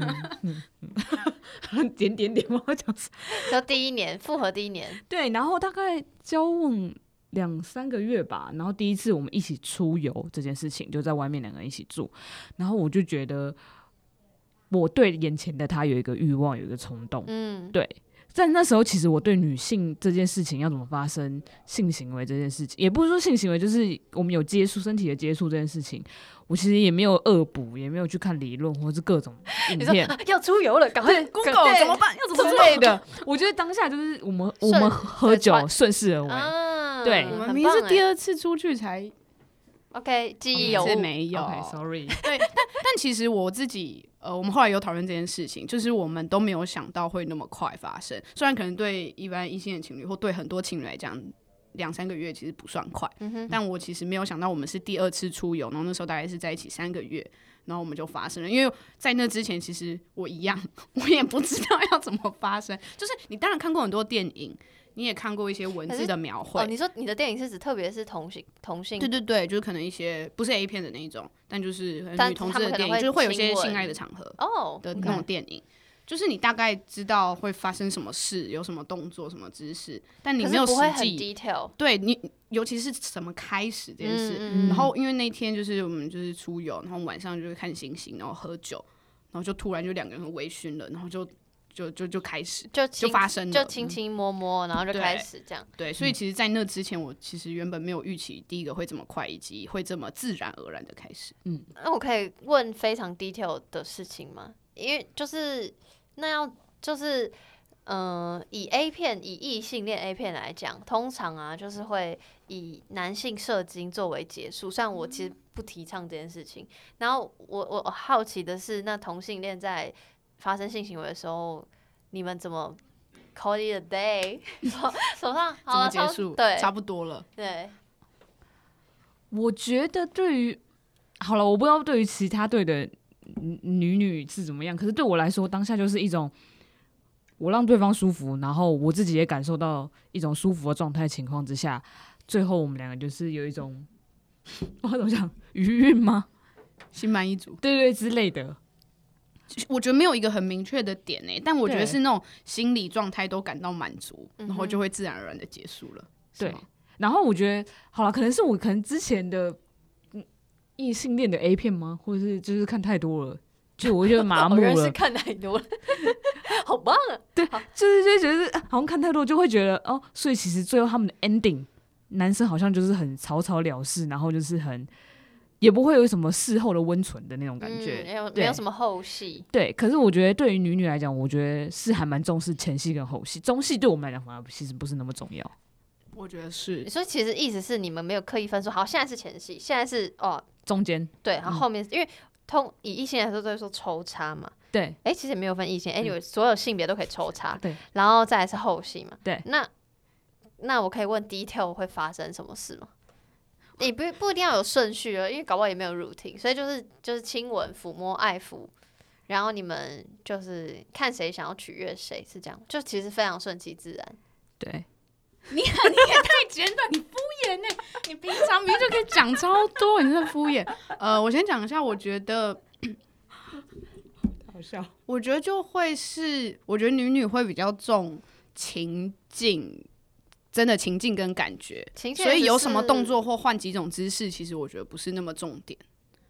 点我要讲什么？ 就第1年复合第1年， 对，然后大概交往2-3个月吧，然后第一次我们一起出游这件事情，就在外面2个人一起住，然后我就觉得我对眼前的他有一个欲望，有一个冲动，对。在那时候，其实我对女性这件事情要怎么发生性行为这件事情，也不是说性行为，就是我们有接触身体的接触这件事情，我其实也没有恶补，也没有去看理论或是各种影片。 要出游了，赶快 Google 怎么办？要怎么之类的？我觉得当下就是我们喝酒顺势而为，对， 我们明明是第2次出去才。 OK， 记忆有误， 是没有。 sorry。 对，但其实我自己，我们后来有讨论这件事情，就是我们都没有想到会那么快发生。虽然可能对一般异性的情侣或对很多情侣来讲，2-3个月其实不算快，但我其实没有想到我们是第2次出游，然后那时候大概是在一起3个月，然后我们就发生了。因为在那之前，其实我一样，我也不知道要怎么发生。就是你当然看过很多电影。你也看过一些文字的描绘你说你的电影是指特别是同性？ 对，就是可能一些不是 A 片的那一种，但就是女同志的电影，就是会有一些性爱的场合的那种电影。就是你大概知道会发生什么事，有什么动作、什么姿势，但你没有实际 detail。 对你，尤其是怎么开始这件事。然后因为那天就是我们就是出游，然后晚上就是看星星，然后喝酒，然后就突然就2个人微醺了，然后就开始就发生了， 就亲亲摸摸，然后就开始这样。 对，所以其实，在那之前，我其实原本没有预期第一个会这么快，以及会这么自然而然的开始。 那我可以问非常 detail 的事情吗？因为就是那要就是以 A 片以异性恋 A 片来讲，通常啊就是会以男性射精作为结束。虽然我其实不提倡这件事情，然后我好奇的是，那同性恋在发生性行为的时候，你们怎么 call it a day？ 手上怎么结束？ 对， 差不多了。 对， 我觉得对于好了，我不知道对于其他队的女是怎么样，可是对我来说，当下就是一种我让对方舒服，然后我自己也感受到一种舒服的状态情况之下，最后我们2个就是有一种我怎么讲余韵吗？ 心满意足， 对之类的。 我觉得没有一个很明确的点但我觉得是那种心理状态都感到满足，然后就会自然而然的结束了。 对，然后我觉得好了，可能是我可能之前的异性恋的 A 片吗？或者是就是看太多了，就我觉得麻木了。 我是看太多了，好棒啊！ 对，就是觉得好像看太多，就会觉得所以其实最后他们的 ending， 男生好像就是很草草了事，然后就是很。也不会有什么事后的温存的那种感觉， 没有什么后戏。 对，可是我觉得对于女来讲，我觉得是还蛮重视前戏跟后戏，中戏对我们来讲反而其实不是那么重要。 我觉得是， 所以其实意思是你们没有刻意分说，好，现在是前戏，现在是中间， 对，然后后面因为以异性来说都会说抽插嘛， 对， 其实也没有分异性，anyway，所有性别都可以抽插， 对， 然后再来是后戏嘛， 对， 那我可以问 detail 会发生什么事吗？你不一定要有顺序了，因为搞不好也没有 routine， 所以就是亲吻、抚摸、爱抚，然后你们就是看谁想要取悦谁，是这样，就其实非常顺其自然。 对， 你也太简短，你敷衍你平常明明就可以讲超多，你在敷衍。我先讲一下，我觉得好笑， 我觉得就会是，我觉得女会比较重情境。真的情境跟感觉，所以有什么动作或换几种姿势，其实我觉得不是那么重点。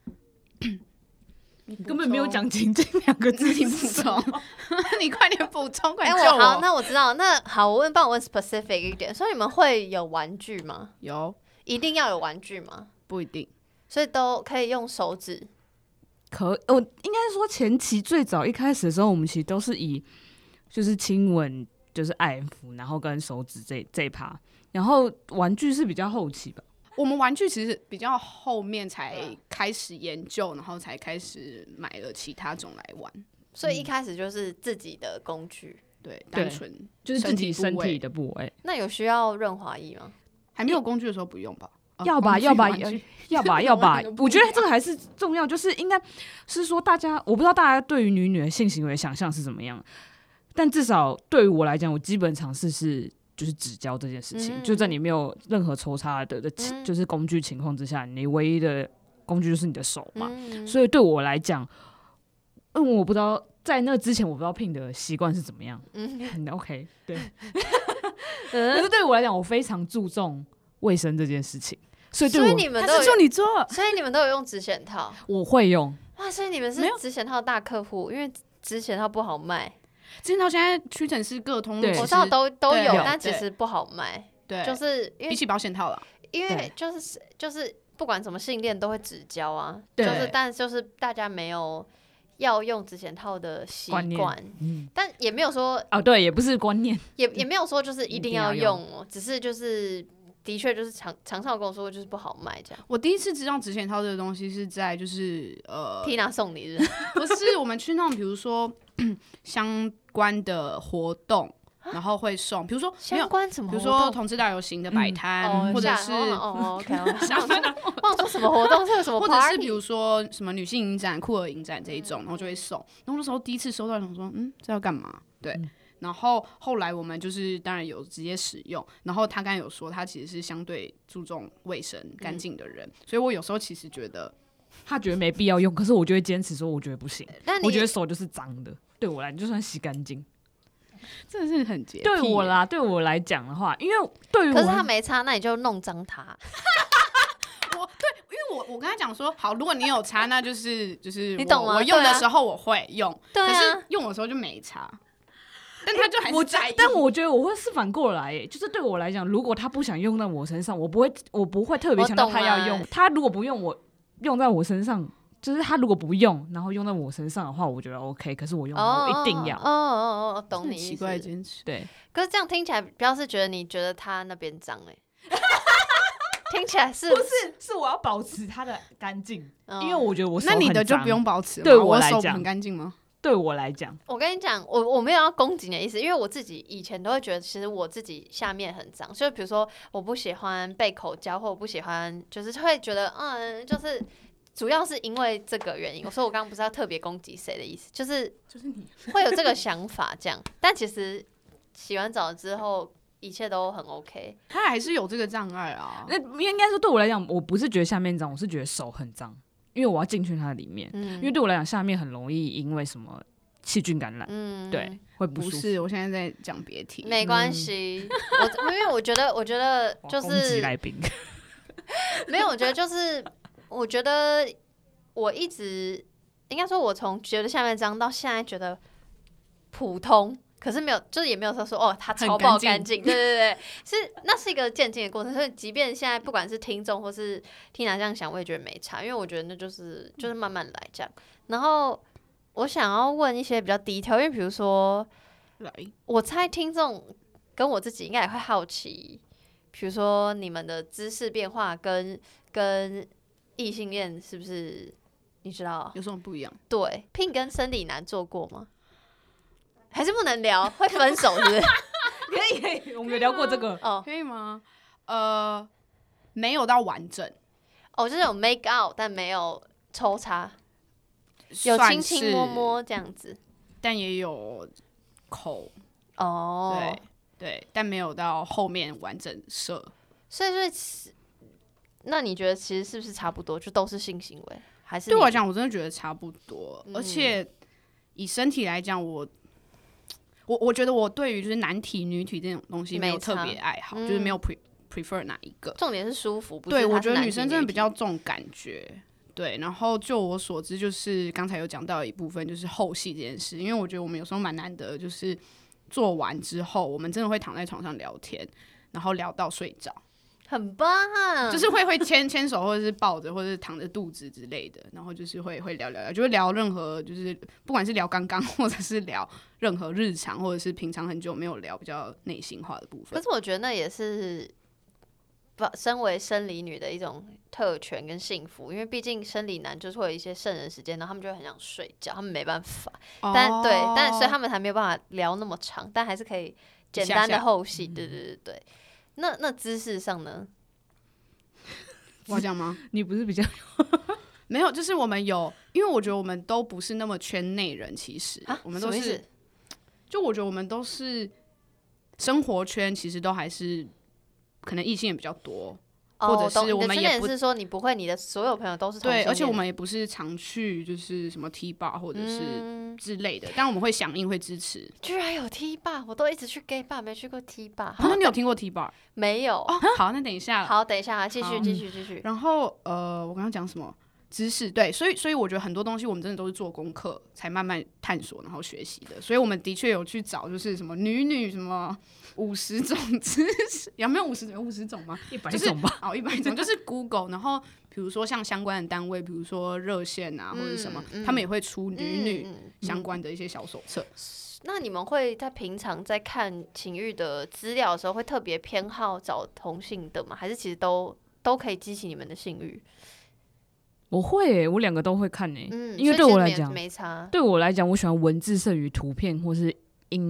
你根本没有讲情境2个字， 你补充，你快点补充，快点救我。 好，那我知道。那好，帮我问 specific 一点，所以你们会有玩具吗？ 有， 一定要有玩具吗？ 不一定， 所以都可以用手指。 我应该说前期最早一开始的时候，我们其实都是以就是亲吻。 就是爱抚，然后跟手指这一趴，然后玩具是比较后期吧。 我们玩具其实比较后面才开始研究，然后才开始买了其他种来玩。 所以一开始就是自己的工具， 对，单纯就是自己身体的部位。 那有需要润滑液吗？ 还没有工具的时候不用吧？ 要吧，要吧，要吧，要吧。我觉得这个还是重要，就是应该是说大家，我不知道大家对于女的性行为的想象是怎么样，但至少对于我来讲，我基本尝试是就是指交这件事情，就在你没有任何抽插的就是工具情况之下，你唯一的工具就是你的手嘛。所以对我来讲，我不知道在那之前，我不知道 Pin 的习惯是怎么样。OK， 对。可是对我来讲，我非常注重卫生这件事情。所以你们都是处女座， 所以你们都有用指显套？ 我会用。 哇，所以你们是指显套大客户，因为指显套不好卖。 指显套现在屈臣氏各通路我知道都有，但其实不好卖。 对， 就是因为比起保险套了， 因为就是不管什么性恋都会指交啊，但就是大家没有要用指显套的习惯，但也没有说对，也不是观念， 也没有说就是一定要用哦，只是就是的确就是厂商跟我说就是不好卖这样。 我第一次知道指显套这个东西是在就是 Tina 送你的， 不是我们去那种比如说相关的活动。然后会送，比如说相关什么活动， 比如说同志大游行的摆摊，或者是 OK， 忘说什么活动，是有什么 party， 或者是比如说什么女性影展、酷儿影展这一种，然后就会送。然后那时候第一次收到，想说这要干嘛？对。然后后来我们就是当然有直接使用，然后他刚才有说他其实是相对注重卫生干净的人，所以我有时候其实觉得他觉得没必要用，可是我就会坚持说我觉得不行，我觉得手就是脏的，对我来就算洗干净。 真的是很洁癖。 对我来讲的话，因为对于我， 可是他没擦，那你就弄脏他。 因为我跟他讲说，好，如果你有擦，那就是你懂吗？ 我用的时候我会用， 可是用的时候就没擦。但他就还是在意。 但我觉得我会是反过来，就是对我来讲，如果他不想用在我身上，我不会特别强调他要用。他如果不用，我用在我身上。就是他如果不用，然后用在我身上的话，我觉得 OK。可是我用，我一定要。 懂你意思。 奇怪的坚持。 对。 可是这样听起来，不要是觉得你觉得他那边脏听起来是不是我要保持它的干净？因为我觉得我手很脏。 那你的就不用保持。 对我来讲， 我手很干净吗？ 对我来讲， 我跟你讲，我没有要攻击你的意思，因为我自己以前都会觉得，其实我自己下面很脏，就比如说我不喜欢被口交，或我不喜欢，就是会觉得就是主要是因为这个原因。我说我刚刚不是要特别攻击谁的意思，就是你会有这个想法这样，但其实洗完澡之后一切都很 OK。 他还是有这个障碍啊。 那应该说对我来讲，我不是觉得下面脏，我是觉得手很脏。因为我要进去它里面，因为对我来讲，下面很容易因为什么细菌感染，对，会不舒服。 不是，我现在在讲别提， 没关系。因为我觉得就是攻击来宾， 没有，我觉得就是我觉得我一直应该说，我从觉得下面脏到现在觉得普通。可是没有，就是也没有说它超爆干净，对，那是一个渐进的过程。所以即便现在不管是听众或是Tina这样想，我也觉得没差，因为我觉得那就是慢慢来这样。然后我想要问一些比较低调，因为比如说，我猜听众跟我自己应该也会好奇，比如说你们的姿势变化跟异性恋是不是你知道有什么不一样？ 对 ，Pin 跟生理男做过吗？还是不能聊，会分手是不是？ 可以，我们有聊过这个可以吗？没有到完整， 就是有 make out， 但没有抽插，有亲亲摸摸这样子， 但也有口对，但没有到后面完整射。 所以那你觉得其实是不是差不多，就都是性行为？还是对我来讲，我真的觉得差不多，而且以身体来讲，我觉得我对于就是男体女体这种东西没有特别爱好，就是没有 prefer 哪一个。 重点是舒服，不是对，我觉得女生真的比较重感觉。对，然后就我所知，就是刚才有讲到的一部分，就是后戏这件事，因为我觉得我们有时候蛮难得，就是做完之后，我们真的会躺在床上聊天，然后聊到睡着。 很棒啊！ 就是会牵手，或者是抱着，或者是躺着肚子之类的，然后就是会聊，就会聊任何，就是不管是聊刚刚，或者是聊任何日常，或者是平常很久没有聊比较内心化的部分。 可是我觉得那也是身为生理女的一种特权跟幸福，因为毕竟生理男就是会有一些圣人时间，然后他们就会很想睡觉，他们没办法。但所以他们还没有办法聊那么长，但还是可以简单的后戏。对。那姿势上呢？ 我要讲吗？ 你不是比较没有，就是我们有，因为我觉得我们都不是那么圈内人，其实我们都是，就我觉得我们都是生活圈，其实都还是可能异性也比较多。或者是我们也不是说你不会，你的所有朋友都是同性恋， 对，而且我们也不是常去就是什么 T bar 或者是之类的，但我们会响应，会支持。 居然有 T bar， 我都一直去 gay bar， 没去过 T bar。 那你有听过 T bar？ 没有。 好，那等一下。 好，等一下，继续。 然后我刚刚讲什么？知识，对，所以我觉得很多东西我们真的都是做功课才慢慢探索然后学习的，所以我们的确有去找就是什么女什么50种知识，有没有50种吗 ？100种吧。 100种就是 Google， 然后比如说像相关的单位，比如说热线啊或者什么，他们也会出女相关的一些小手册。 那你们会在平常在看情欲的资料的时候，会特别偏好找同性的吗？还是其实都可以激起你们的性欲？ 我会我2个都会看因为对我来讲没差。 对我来讲，我喜欢文字胜于图片或是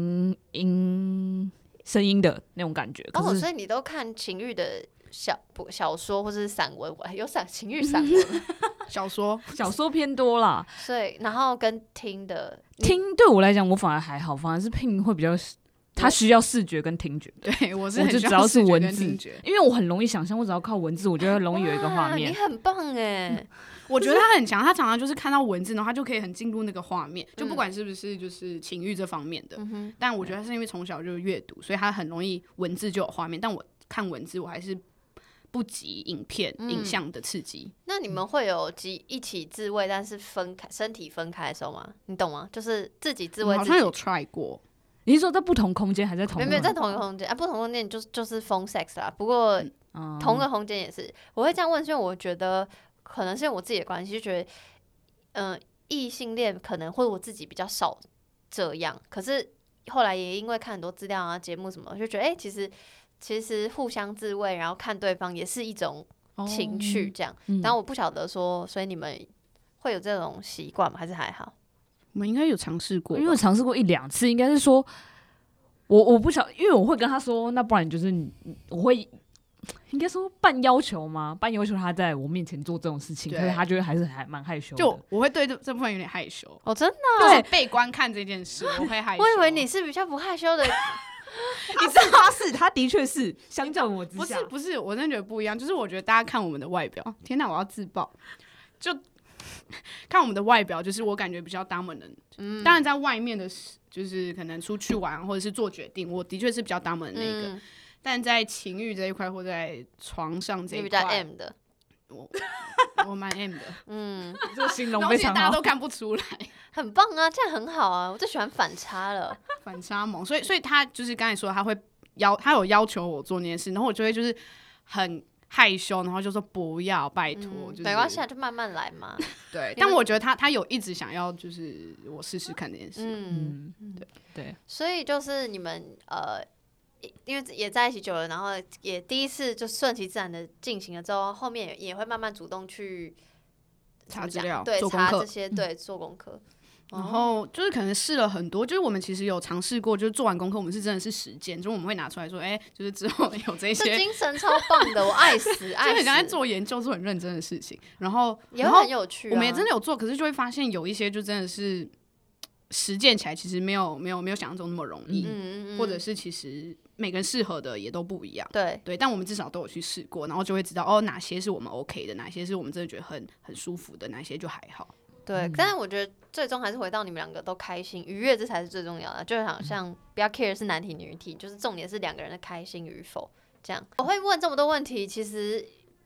声音的那种感觉。 所以你都看情欲的小说或是散文，有情欲散文小说偏多啦。 所以然后跟听对我来讲，我反而还好，反而是听会比较。他需要视觉跟听觉， 对我就只要是文字，因为我很容易想象，我只要靠文字，我就会容易有一个画面。 你很棒哎， 我觉得他很强，他常常就是看到文字，然后他就可以很进入那个画面，就不管是不是就是情欲这方面的。但我觉得他是因为从小就阅读，所以他很容易文字就有画面。但我看文字，我还是不及影片、影像的刺激。 那你们会有一起自慰，但是身体分开的时候吗？你懂吗？就是自己自慰， 好像有 try 过。 你是说在不同空间还是在同一个？ 没有在同一个空间不同空间就是 phone sex 啦。不过同一个空间也是，我会这样问，是因为我觉得可能是因为我自己的关系，就觉得异性恋可能或者我自己比较少这样，可是后来也因为看很多资料啊、节目什么，就觉得其实互相自慰，然后看对方也是一种情趣这样。然后我不晓得说，所以你们会有这种习惯吗？还是还好？ 我们应该有尝试过， 因为我尝试过1-2次，应该是说，我不晓得，因为我会跟他说，那不然就是我会应该说半要求吗？半要求他在我面前做这种事情，可是他觉得还是蛮害羞的。 就我会对这部分有点害羞。 真的？ 对，被观看这件事，我会害羞。 我以为你是比较不害羞的。 他的确是，相较我之下， 不是，我真的觉得不一样。就是我觉得大家看我们的外表，天哪，我要自爆，就。看我们的外表，就是我感觉比较 dominant。当然在外面的，就是可能出去玩或者是做决定，我的确是比较 dominant 那个。但在情欲这一块或在床上这一块， 你比较 M 的， 我蛮 M 的。 这个形容非常好， 大家都看不出来， 很棒啊，这样很好啊，我最喜欢反差了， 反差萌。所以他就是刚才说他有要求我做那件事，然后我就会就是很。害羞，然后就说不要，拜托， 没关系，就慢慢来嘛。 对，但我觉得他有一直想要，就是我试试看这件事。 对。 所以就是你们因为也在一起久了，然后也第一次就顺其自然的进行了之后，后面也会慢慢主动去查资料， 对， 做功课查这些，对，做功课。 然后就是可能试了很多，就是我们其实有尝试过，就是做完功课，我们是真的是实践，就是我们会拿出来说，就是之后有这些， 这精神超棒的，我爱死，爱死， 就是刚才做研究，做很认真的事情，然后也很有趣， 我们也真的有做，可是就会发现有一些就真的是实践起来其实没有想象中那么容易，或者是其实每个人适合的也都不一样，对，但我们至少都有去试过，然后就会知道哪些是我们 OK 的，哪些是我们真的觉得很舒服的，哪些就还好。 对，但是我觉得最终还是回到你们2个都开心愉悦，这才是最重要的。就好像不要 care 是男体女体，就是重点是2个人的开心与否。这样我会问这么多问题，其实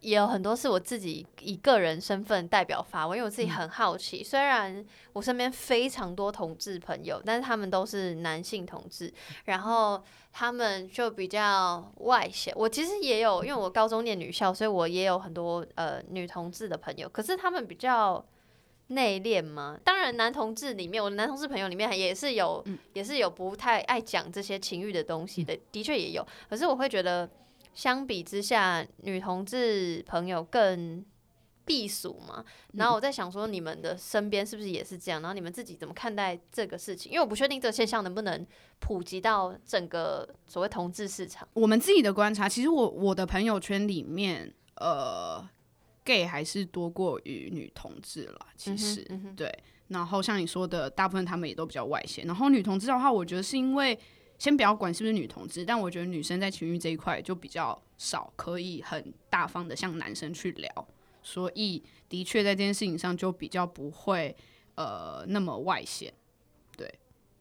也有很多是我自己以个人身份代表发问，因为我自己很好奇。虽然我身边非常多同志朋友，但是他们都是男性同志，然后他们就比较外显。我其实也有，因为我高中念女校，所以我也有很多女同志的朋友，可是他们比较内敛嘛。当然，男同志里面，我的男同志朋友里面也是有不太爱讲这些情欲的东西的，的确也有。可是我会觉得，相比之下，女同志朋友更避暑嘛。然后我在想说，你们的身边是不是也是这样？然后你们自己怎么看待这个事情？因为我不确定这个现象能不能普及到整个所谓同志市场。 我们自己的观察，其实我的朋友圈里面，gay 还是多过于女同志啦，其实，对。然后像你说的，大部分他们也都比较外显。然后女同志的话，我觉得是因为先不要管是不是女同志，但我觉得女生在情欲这一块就比较少可以很大方的向男生去聊，所以的确在这件事情上就比较不会那么外显。对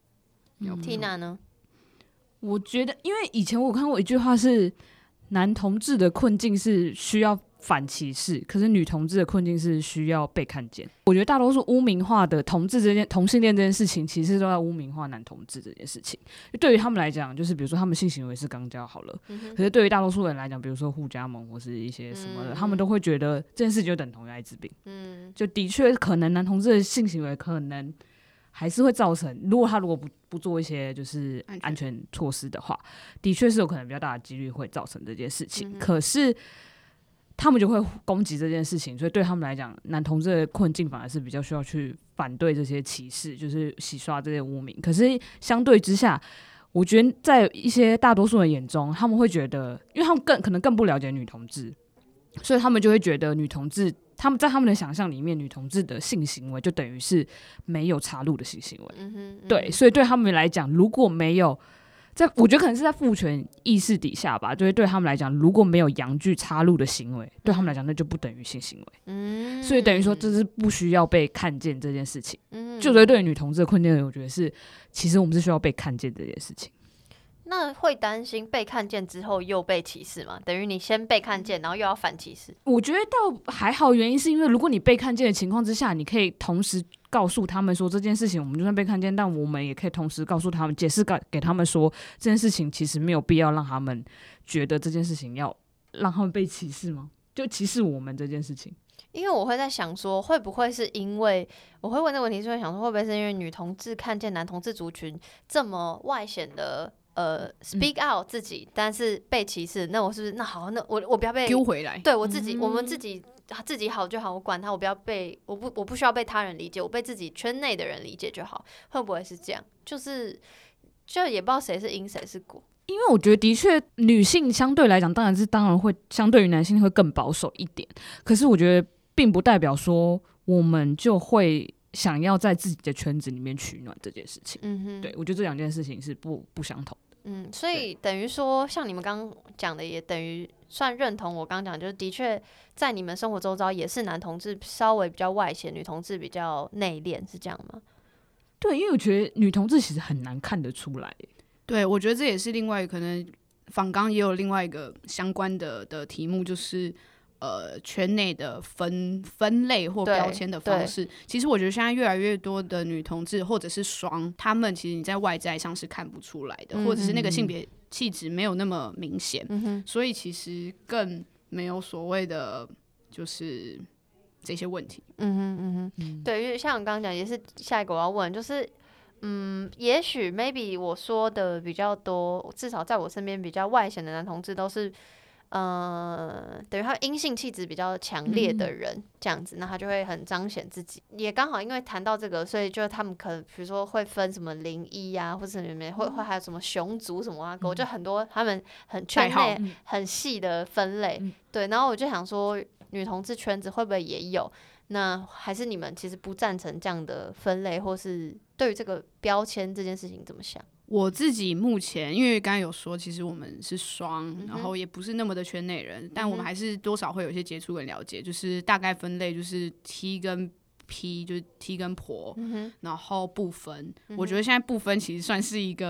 ，Tina 呢？ 我觉得，因为以前我有看过一句话是，男同志的困境是需要反歧视，可是女同志的困境是需要被看见。我觉得大多数污名化的同性恋这件事情，其实都在污名化男同志这件事情。对于他们来讲，就是比如说他们性行为是肛交好了，可是对于大多数人来讲，比如说互加盟或是一些什么的，他们都会觉得这件事就等同于艾滋病。就的确可能男同志的性行为可能还是会造成，如果不做一些就是安全措施的话，的确是有可能比较大的几率会造成这件事情。可是他们就会攻击这件事情，所以对他们来讲，男同志的困境反而是比较需要去反对这些歧视，就是洗刷这些污名。可是相对之下，我觉得在一些大多数人眼中，他们会觉得，因为他们可能更不了解女同志，所以他们就会觉得女同志，他们在他们的想象里面，女同志的性行为就等于是没有插入的性行为。对，所以对他们来讲，如果没有我觉得可能是在父权意识底下吧，就是对他们来讲，如果没有阳具插入的行为，对他们来讲那就不等于性行为。所以等于说这是不需要被看见这件事情。就是对女同志的困境，我觉得是其实我们是需要被看见这件事情。 那会担心被看见之后又被歧视吗？等于你先被看见，然后又要反歧视？我觉得倒还好，原因是因为如果你被看见的情况之下，你可以同时告诉他们说这件事情，我们就算被看见，但我们也可以同时告诉他们，解释给他们说这件事情其实没有必要让他们觉得这件事情要让他们被歧视吗？就歧视我们这件事情。 因为我会在想说，会不会是因为我会问这个问题，是会想说会不会是因为女同志看见男同志族群这么外显的speak out 自己，但是被歧视，那我是不是那好，那我不要被丢回来？ 对我自己，我们自己好就好，我管他，我不要被我不需要被他人理解，我被自己圈内的人理解就好。会不会是这样？就也不知道谁是因谁是果。 因为我觉得的确女性相对来讲当然会相对于男性会更保守一点，可是我觉得并不代表说我们就会想要在自己的圈子里面取暖这件事情。对，我觉得这两件事情是不相同的。 所以等于说像你们刚刚讲的，也等于算认同我刚刚讲，就是的确在你们生活周遭也是男同志稍微比较外显，女同志比较内敛，是这样吗？ 对，因为我觉得女同志其实很难看得出来。 对，我觉得这也是另外可能访纲也有另外一个相关的题目，就是圈内的分类或标签的方式。其实我觉得现在越来越多的女同志或者是双，她们其实你在外在上是看不出来的，或者是那个性别气质没有那么明显，所以其实更没有所谓的就是这些问题。 对，因为像我刚刚讲，也是下一个我要问，就是也许 maybe 我说的比较多，至少在我身边比较外显的男同志都是等于他阴性气质比较强烈的人，这样子，那他就会很彰显自己。也刚好因为谈到这个，所以就他们可能比如说会分什么01啊，或者里面会还有什么熊族什么啊，就很多他们很圈内很细的分类。对，然后我就想说，女同志圈子会不会也有？那还是你们其实不赞成这样的分类，或是对于这个标签这件事情怎么想？ 我自己目前，因为刚刚有说，其实我们是双，然后也不是那么的圈内人，但我们还是多少会有一些接触跟了解，就是大概分类就是 T 跟 P， 就是 T 跟婆，然后不分。我觉得现在不分其实算是一个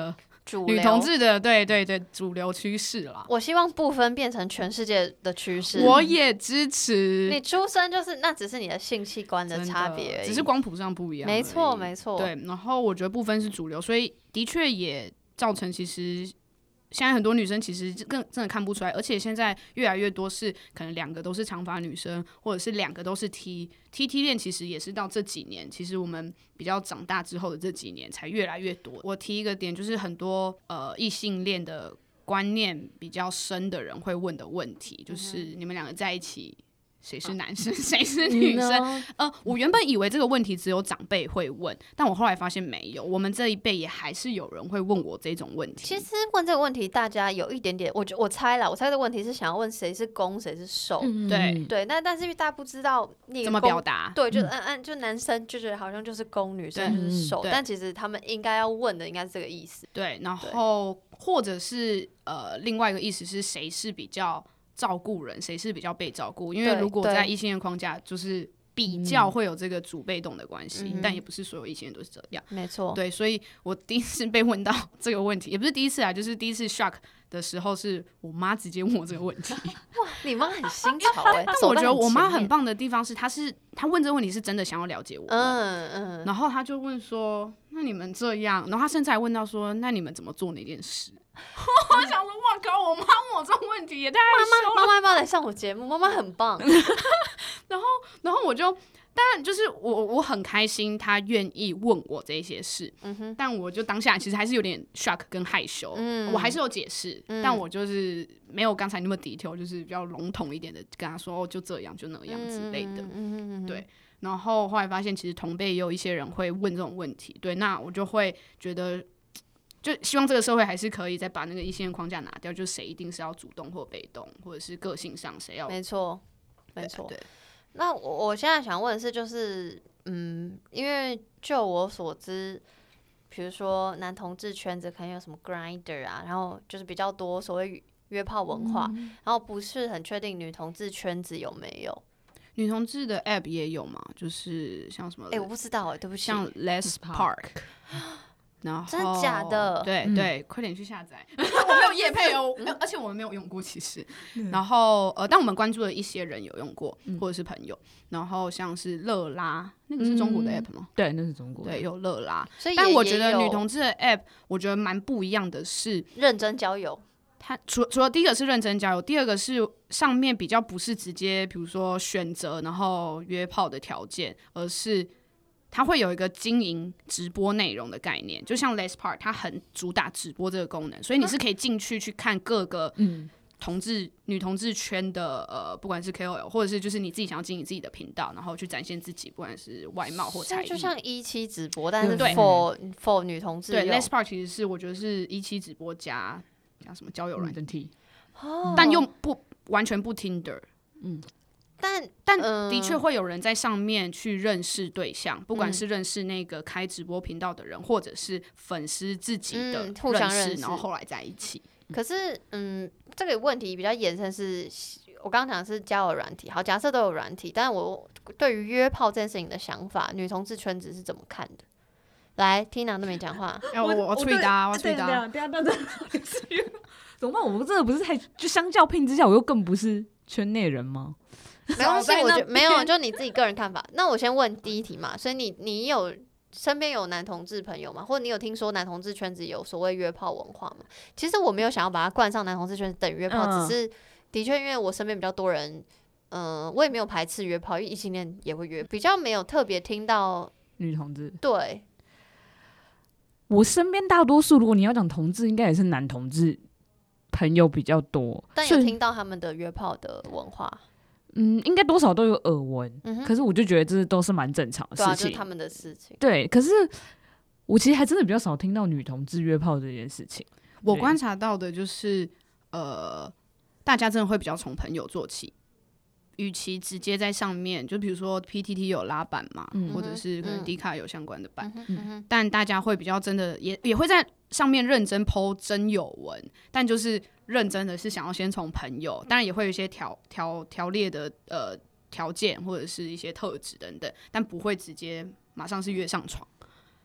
主流女同志的对主流趋势啦。 我希望不分变成全世界的趋势。 我也支持。 你出生就是那只是你的性器官的差别而已， 只是光谱上不一样。 没错没错。 对，然后我觉得不分是主流，所以的确也造成其实现在很多女生其实更真的看不出来，而且现在越来越多是可能2个都是长发女生，或者是2个都是 T 恋，其实也是到这几年，其实我们比较长大之后的这几年才越来越多。我提一个点，就是很多异性恋的观念比较深的人会问的问题，就是你们2个在一起。谁是男生，谁是女生？我原本以为这个问题只有长辈会问，但我后来发现没有，我们这一辈也还是有人会问我这种问题。 其实问这个问题，大家有一点点，我猜这个问题是想要问谁是攻，谁是受。对，但是因为大家不知道你怎么表达， 对，就男生就觉得好像就是攻，女生就是受，但其实他们应该要问的应该是这个意思。 对，然后或者是另外一个意思是谁是比较照顾人，谁是比较被照顾？因为如果在异性恋框架，就是比较会有这个主被动的关系，但也不是所有异性恋都是这样。 没错， 对，所以我第一次被问到这个问题，也不是第一次啊，就是第一次 shock 的时候，是我妈直接问我这个问题。 哇，你妈很新潮哎！ 但我觉得我妈很棒的地方是，她问这个问题是真的想要了解我们。然后她就问说：“那你们这样？”然后她甚至还问到说：“那你们怎么做那件事？”我想说，哇靠！我妈问我这种问题也太害羞了。 妈妈要不要来上我节目？妈妈很棒。 然后我就，当然就是我很开心，她愿意问我这些事。但我就当下其实还是有点 shock 跟害羞。我还是有解释，但我就是没有刚才那么detail，就是比较笼统一点的跟她说，哦，就这样，就那样之类的。对。然后后来发现，其实同辈也有一些人会问这种问题。对，那我就会觉得。就希望这个社会还是可以再把那个异性恋框架拿掉，就谁一定是要主动或被动，或者是个性上谁要。 没错。 对。 那我现在想问的是，就是因为就我所知，比如说男同志圈子可能有什么 Grindr 啊，然后就是比较多所谓约炮文化，然后不是很确定女同志圈子有没有。 女同志的 app 也有嘛？就是像什么？ 我不知道对不起。 像 Les Park。然后真的假的？ 对，快点去下载。我没有业配哦，而且我们没有用过，其实。然后但我们关注的一些人有用过，或者是朋友。然后像是乐拉，那个是中国的 app 吗？ 对，那是中国的。 对，有乐拉。 但我觉得女同志的 app， 我觉得蛮不一样的是认真交友。 它除了第一个是认真交友，第二个是上面比较不是直接比如说选择然后约炮的条件，而是它会有一个经营直播内容的概念，就像 Les Park 它很主打直播这个功能，所以你是可以进去看各个女同志圈的不管是 KOL 或者是就是你自己想要经营自己的频道，然后去展现自己，不管是外貌或才艺， 就像17直播，但是 for 女同志。 对 Les Park 其实是我觉得是17直播加什么交友软体， 但又完全不 Tinder。但的确会有人在上面去认识对象，不管是认识那个开直播频道的人，或者是粉丝自己的互相认识， 然后后来在一起。 可是这个问题比较延伸是，我刚刚讲的是交友软体，好，假设都有软体，但我对于约炮这件事情的想法，女同志圈子是怎么看的？来 ，Tina 都没讲话。 我催答，我催答。 怎么办？我们真的不是就相较拼之下，我又更不是圈内人吗？ 没关系，我觉得没有，就你自己个人看法。那我先问第一题嘛，所以你有身边有男同志朋友吗？或者你有听说男同志圈子有所谓约炮文化吗？其实我没有想要把它冠上男同志圈子等于约炮，只是的确因为我身边比较多人，我也没有排斥约炮，因为异性恋也会约，比较没有特别听到女同志。 对， 我身边大多数，如果你要讲同志，应该也是男同志朋友比较多， 但有听到他们的约炮的文化。 应该多少都有耳闻，可是我就觉得这都是蛮正常的事情， 就是他们的事情。 对，可是我其实还真的比较少听到女同志约炮这件事情。 我观察到的就是，大家真的会比较从朋友做起，与其直接在上面，就比如说 PTT 有拉板嘛，或者是可能 D 卡有相关的版，但大家会比较真的也会在上面认真 po 真有文，但就是认真的是想要先从朋友，当然也会有一些条列的条件或者是一些特质等等，但不会直接马上是约上床。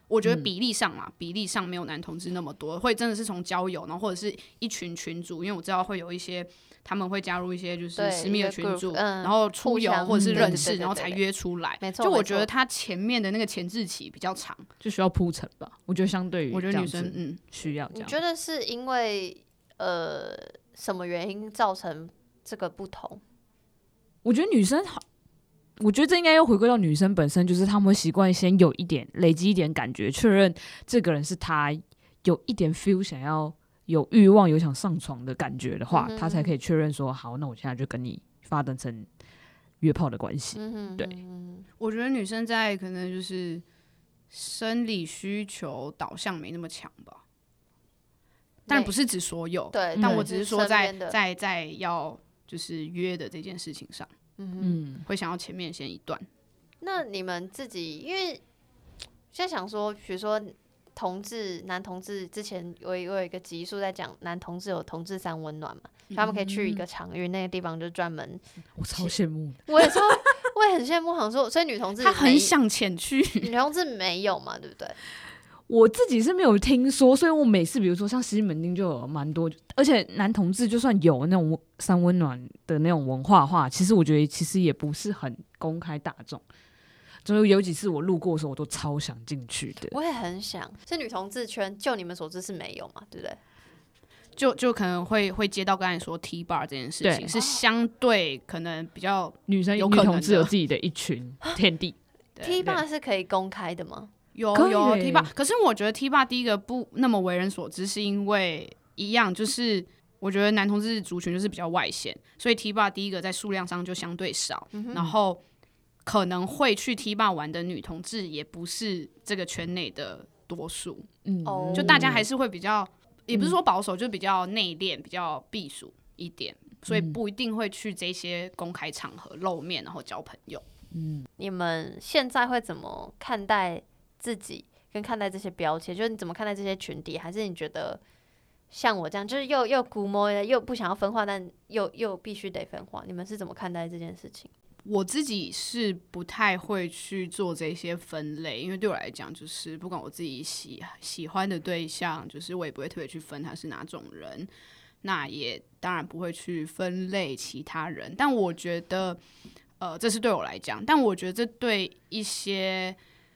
我觉得比例上嘛，比例上没有男同志那么多，会真的是从交友，然后或者是一群群组，因为我知道会有一些他们会加入一些就是私密的群组，然后出游或者是认识，然后才约出来。就我觉得他前面的那个前置期比较长， 就需要铺陈吧。我觉得相对于我觉得女生需要这样。 你觉得是因为什么原因造成这个不同？ 我觉得女生好。我觉得这应该要回归到女生本身，就是她们会习惯先有一点累积一点感觉，确认这个人是她有一点 feel， 想要有欲望、有想上床的感觉的话，她才可以确认说好，那我现在就跟你发展成约炮的关系。对， 我觉得女生在可能就是生理需求导向没那么强吧，但不是指所有， 对， 但我只是说在要就是约的这件事情上。会想要前面先一段。 那你们自己，因为现在想说，比如说男同志之前我有一个集数在讲男同志有同志三温暖嘛，他们可以去一个场域，那个地方就专门， 我超羡慕的， 我也很羡慕，想说，所以女同志他很想前去， 女同志没有嘛，对不对？ 我自己是没有听说，所以我每次比如说像西门町就有蛮多，而且男同志就算有那种三温暖的那种文化的话，其实我觉得其实也不是很公开大众。就是有几次我路过的时候，我都超想进去的。 我也很想，是女同志圈，就你们所知是没有嘛，对不对？ 就可能会接到刚才说 T bar 这件事情，是相对可能比较女同志有自己的一群天地。 T bar 是可以公开的吗？ 有 T bar， 可是我觉得 T bar 第一个不那么为人所知，是因为一样就是我觉得男同志族群就是比较外显，所以 T bar 第一个在数量上就相对少，然后可能会去 T bar 玩的女同志也不是这个圈内的多数，就大家还是会比较，也不是说保守，就比较内敛，比较避暑一点，所以不一定会去这些公开场合露面，然后交朋友。 你们现在会怎么看待自己跟看待这些标签？就是你怎么看待这些群体？还是你觉得像我这样，就是又估摸又不想要分化，但又必须得分化？你们是怎么看待这件事情？ 我自己是不太会去做这些分类，因为对我来讲，就是不管我自己喜欢的对象，就是我也不会特别去分他是哪种人，那也当然不会去分类其他人。但我觉得，这是对我来讲，但我觉得这对一些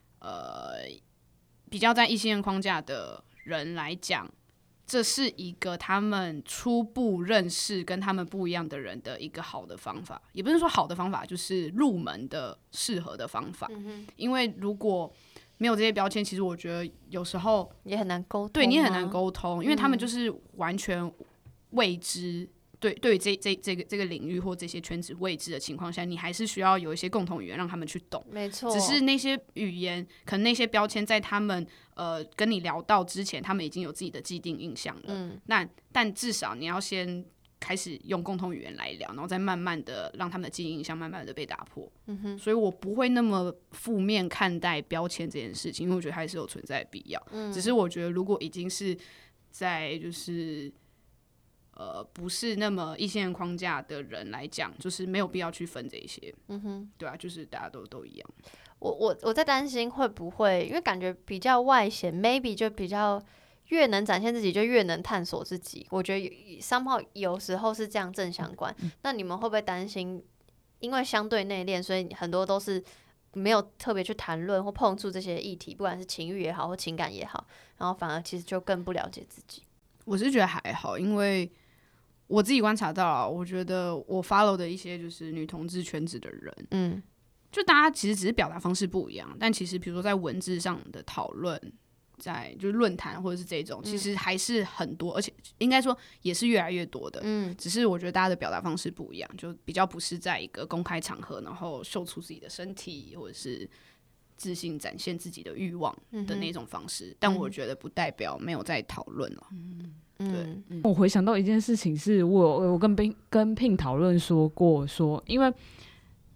比较在异性恋框架的人来讲，这是一个他们初步认识跟他们不一样的人的一个好的方法，也不是说好的方法，就是入门的适合的方法。因为如果没有这些标签，其实我觉得有时候也很难沟通， 对你也很难沟通，因为他们就是完全未知。对于这个领域或这些圈子未知的情况下，你还是需要有一些共同语言让他们去懂。 没错， 只是那些语言，可能那些标签在他们跟你聊到之前，他们已经有自己的既定印象了。但至少你要先开始用共同语言来聊，然后再慢慢的让他们的既定印象慢慢的被打破。所以我不会那么负面看待标签这件事情，因为我觉得还是有存在的必要。只是我觉得如果已经是在就是不是那么异性恋框架的人来讲，就是没有必要去分这些。对啊，就是大家都一样。 我在担心会不会，因为感觉比较外显 ，maybe 就比较越能展现自己，就越能探索自己。我觉得somehow有时候是这样正相关。那你们会不会担心，因为相对内敛，所以很多都是没有特别去谈论或碰触这些议题，不管是情欲也好或情感也好，然后反而其实就更不了解自己？ 我是觉得还好，因为我自己观察到，我觉得我 follow 的一些就是女同志圈子的人，就大家其实只是表达方式不一样，但其实比如说在文字上的讨论，在就是论坛或者是这种，其实还是很多，而且应该说也是越来越多的。只是我觉得大家的表达方式不一样，就比较不是在一个公开场合，然后秀出自己的身体或者是自信展现自己的欲望的那种方式。但我觉得不代表没有在讨论了。对， 我回想到一件事情，是我跟Pin讨论说过，说因为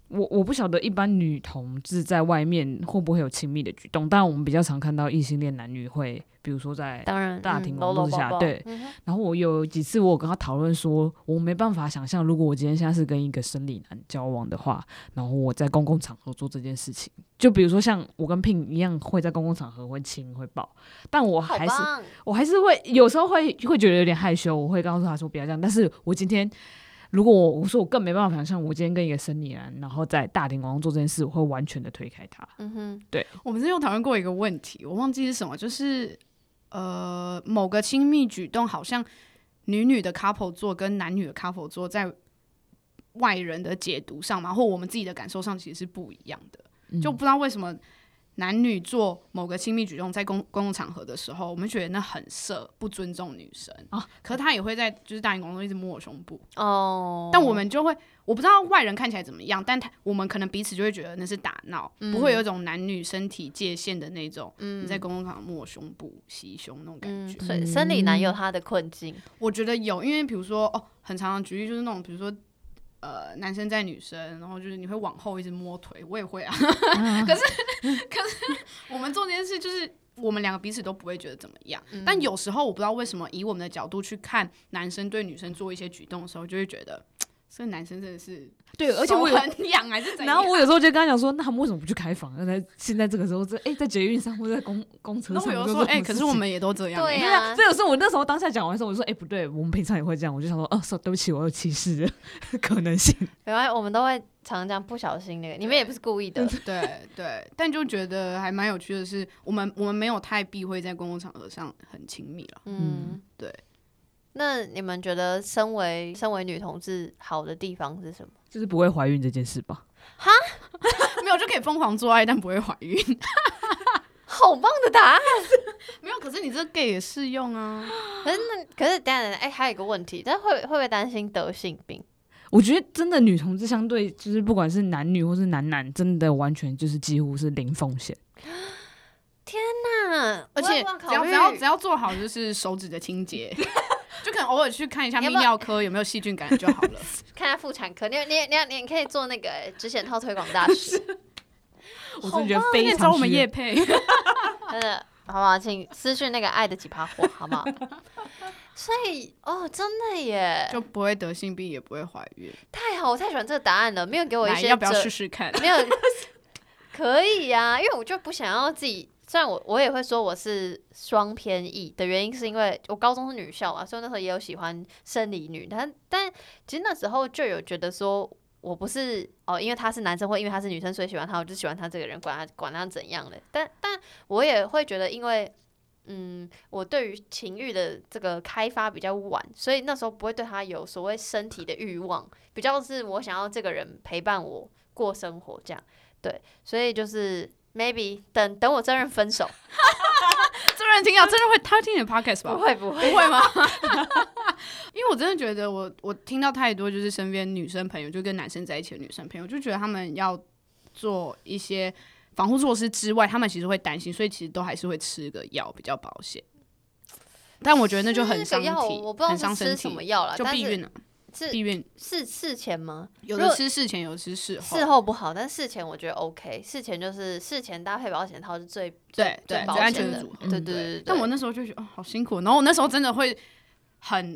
我不晓得一般女同志在外面会不会有亲密的举动，当然我们比较常看到异性恋男女会，比如说在大庭广众之下，对。然后我有几次我有跟他讨论说，我没办法想象，如果我今天现在是跟一个生理男交往的话，然后我在公共场合做这件事情，就比如说像我跟 Pin 一样，会在公共场合会亲会抱，但我还是会有时候会觉得有点害羞，我会告诉他说不要这样，但是我今天。如果我说我更没办法想象，我今天跟一个生理男，然后在大庭广众做这件事，我会完全的推开他。对。 我们之前有讨论过一个问题，我忘记是什么，就是某个亲密举动，好像女的 couple 做跟男女的 couple 做，在外人的解读上嘛，或我们自己的感受上，其实是不一样的。就不知道为什么男女做某个亲密举动，在公共场合的时候，我们觉得那很色，不尊重女生可是他也会在就是大庭广众一直摸我胸部但我们就会，我不知道外人看起来怎么样，但我们可能彼此就会觉得那是打闹，不会有一种男女身体界限的那种。你在公共场合摸我胸部、袭胸那种感觉。 所以生理男有他的困境， 我觉得有，因为比如说很常举例就是那种，比如说。男生在女生，然后就是你会往后一直摸腿，我也会啊。可是我们做这件事，就是我们两个彼此都不会觉得怎么样。但有时候我不知道为什么，以我们的角度去看男生对女生做一些举动的时候，就会觉得这个男生真的是对，而且我很痒还是怎样？ 然后我有时候就跟他讲说，那他们为什么不去开房？现在这个时候，在捷运上或者在公车上， 我有说可是我们也都这样。 对啊， 所以有时候我那时候当下讲完的时候，我就说不对，我们平常也会这样。我就想说，对不起，我有歧视的可能性。 没关系，我们都会常常不小心那个，你们也不是故意的。 对，但就觉得还蛮有趣的是，我们没有太避讳在公共场合上很亲密了。对。 那你们觉得身为女同志好的地方是什么？ 就是不会怀孕这件事吧？ 哈， 没有就可以疯狂做爱，但不会怀孕。 好棒的答案。 没有，可是你这 gay 也适用啊。 可是等一下，还有一个问题，但会不会担心得性病？ 我觉得真的女同志相对就是不管是男女或是男，真的完全就是几乎是零风险。 天哪！ 而且只要做好就是手指的清洁。就可能偶尔去看一下泌尿科有没有细菌感染就好了。 看一下妇产科，你可以做那个指显套推广大使。 我真的觉得非常找我们业配， 真的好不好？请私讯那个爱的奇葩火，好不好？所以真的耶， 就不会得性病，也不会怀孕。 太好，我太喜欢这个答案了。没有给我一些要不要试试看？ 没有，可以呀，因为我就不想要自己。虽然我也会说我是双偏异的原因，是因为我高中是女校嘛，所以那时候也有喜欢生理女，但其实那时候就有觉得说我不是因为他是男生或因为他是女生所以喜欢他，我就喜欢他这个人，管他怎样的。但我也会觉得，因为我对于情欲的这个开发比较晚，所以那时候不会对他有所谓身体的欲望，比较是我想要这个人陪伴我过生活这样。对，所以就是。maybe 等我真人分手， 真人听到真人会他听你的 podcast 吧？ 不会吗？因为我真的觉得我听到太多就是身边女生朋友就跟男生在一起的女生朋友，就觉得他们要做一些防护措施之外，他们其实会担心，所以其实都还是会吃个药比较保险。但我觉得那就很伤体， 我不知道是吃什么药啦， 就避孕啊。避孕是事前吗？ 有的吃事前，有的吃事后。 事后不好，但事前我觉得 OK。事前就是事前搭配保险套是最安全的组合。对。但我那时候就觉得好辛苦，然后我那时候真的会很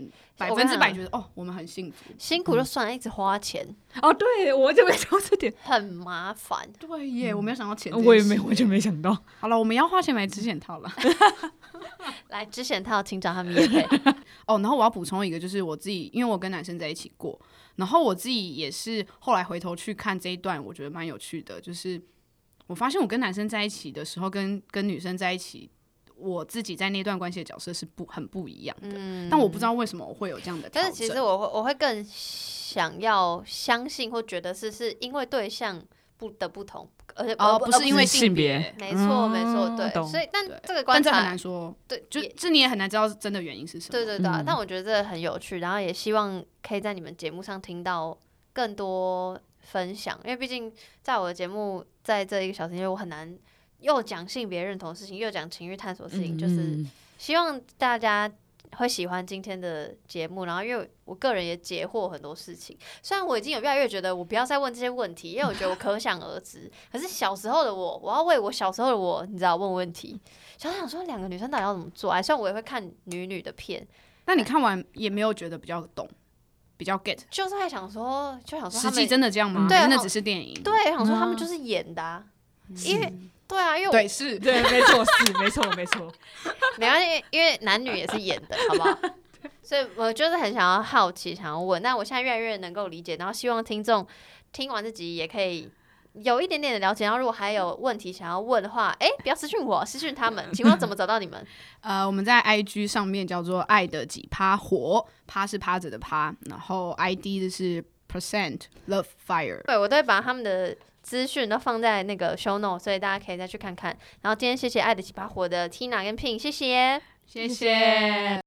100%觉得我们很幸福。 辛苦就算了，一直花钱。 对，我就没想到这点， 很麻烦。 对耶，我没有想到钱。 我也完全没想到。 好了，我们要花钱买指显套了。 来，指显套，请找他们业配。 然后我要补充一个，就是我自己，因为我跟男生在一起过，然后我自己也是后来回头去看这一段，我觉得蛮有趣的。就是我发现我跟男生在一起的时候，跟女生在一起，我自己在那段关系的角色是很不一样的。但我不知道为什么我会有这样的调整。 但是其实我会更想要相信或觉得是因为对象不同，而且不是因为性别。 没错，对。所以但这个观察但这很难说，对，就你也很难知道真的原因是什么。 对。但我觉得这个很有趣，然后也希望可以在你们节目上听到更多分享，因为毕竟在我的节目在这1个小时，因为我很难又讲性别认同的事情，又讲情欲探索的事情，就是希望大家会喜欢今天的节目，然后因为我个人也解惑很多事情。虽然我已经有越来越觉得我不要再问这些问题，因为我觉得我可想而知。可是小时候的我要为我小时候的我，你知道问问题。想想说两个女生到底要怎么做？虽然我也会看女的片， 那你看完也没有觉得比较懂，比较 get， 就是在想说他们实际真的这样吗？ 对， 真的只是电影？ 对，想说他们就是演的啊，因为。对啊，因为对是， 对，没错，是没错，没错。 没关系，因为男女也是演的，好不好？所以我就是很想要好奇，想要问。但我现在越来越能够理解，然后希望听众听完这集也可以有一点点的了解。然后如果还有问题想要问的话，不要私讯我，私讯他们。请问我怎么找到你们？ 我们在 IG 上面叫做爱的几趴火，趴是趴着的趴，然后 ID 的是 percent love fire。 对，我都会把他们的资讯都放在那个 show note， 所以大家可以再去看看。然后今天谢谢爱的几把火的 Tina 跟 Pin， 谢谢， 谢谢。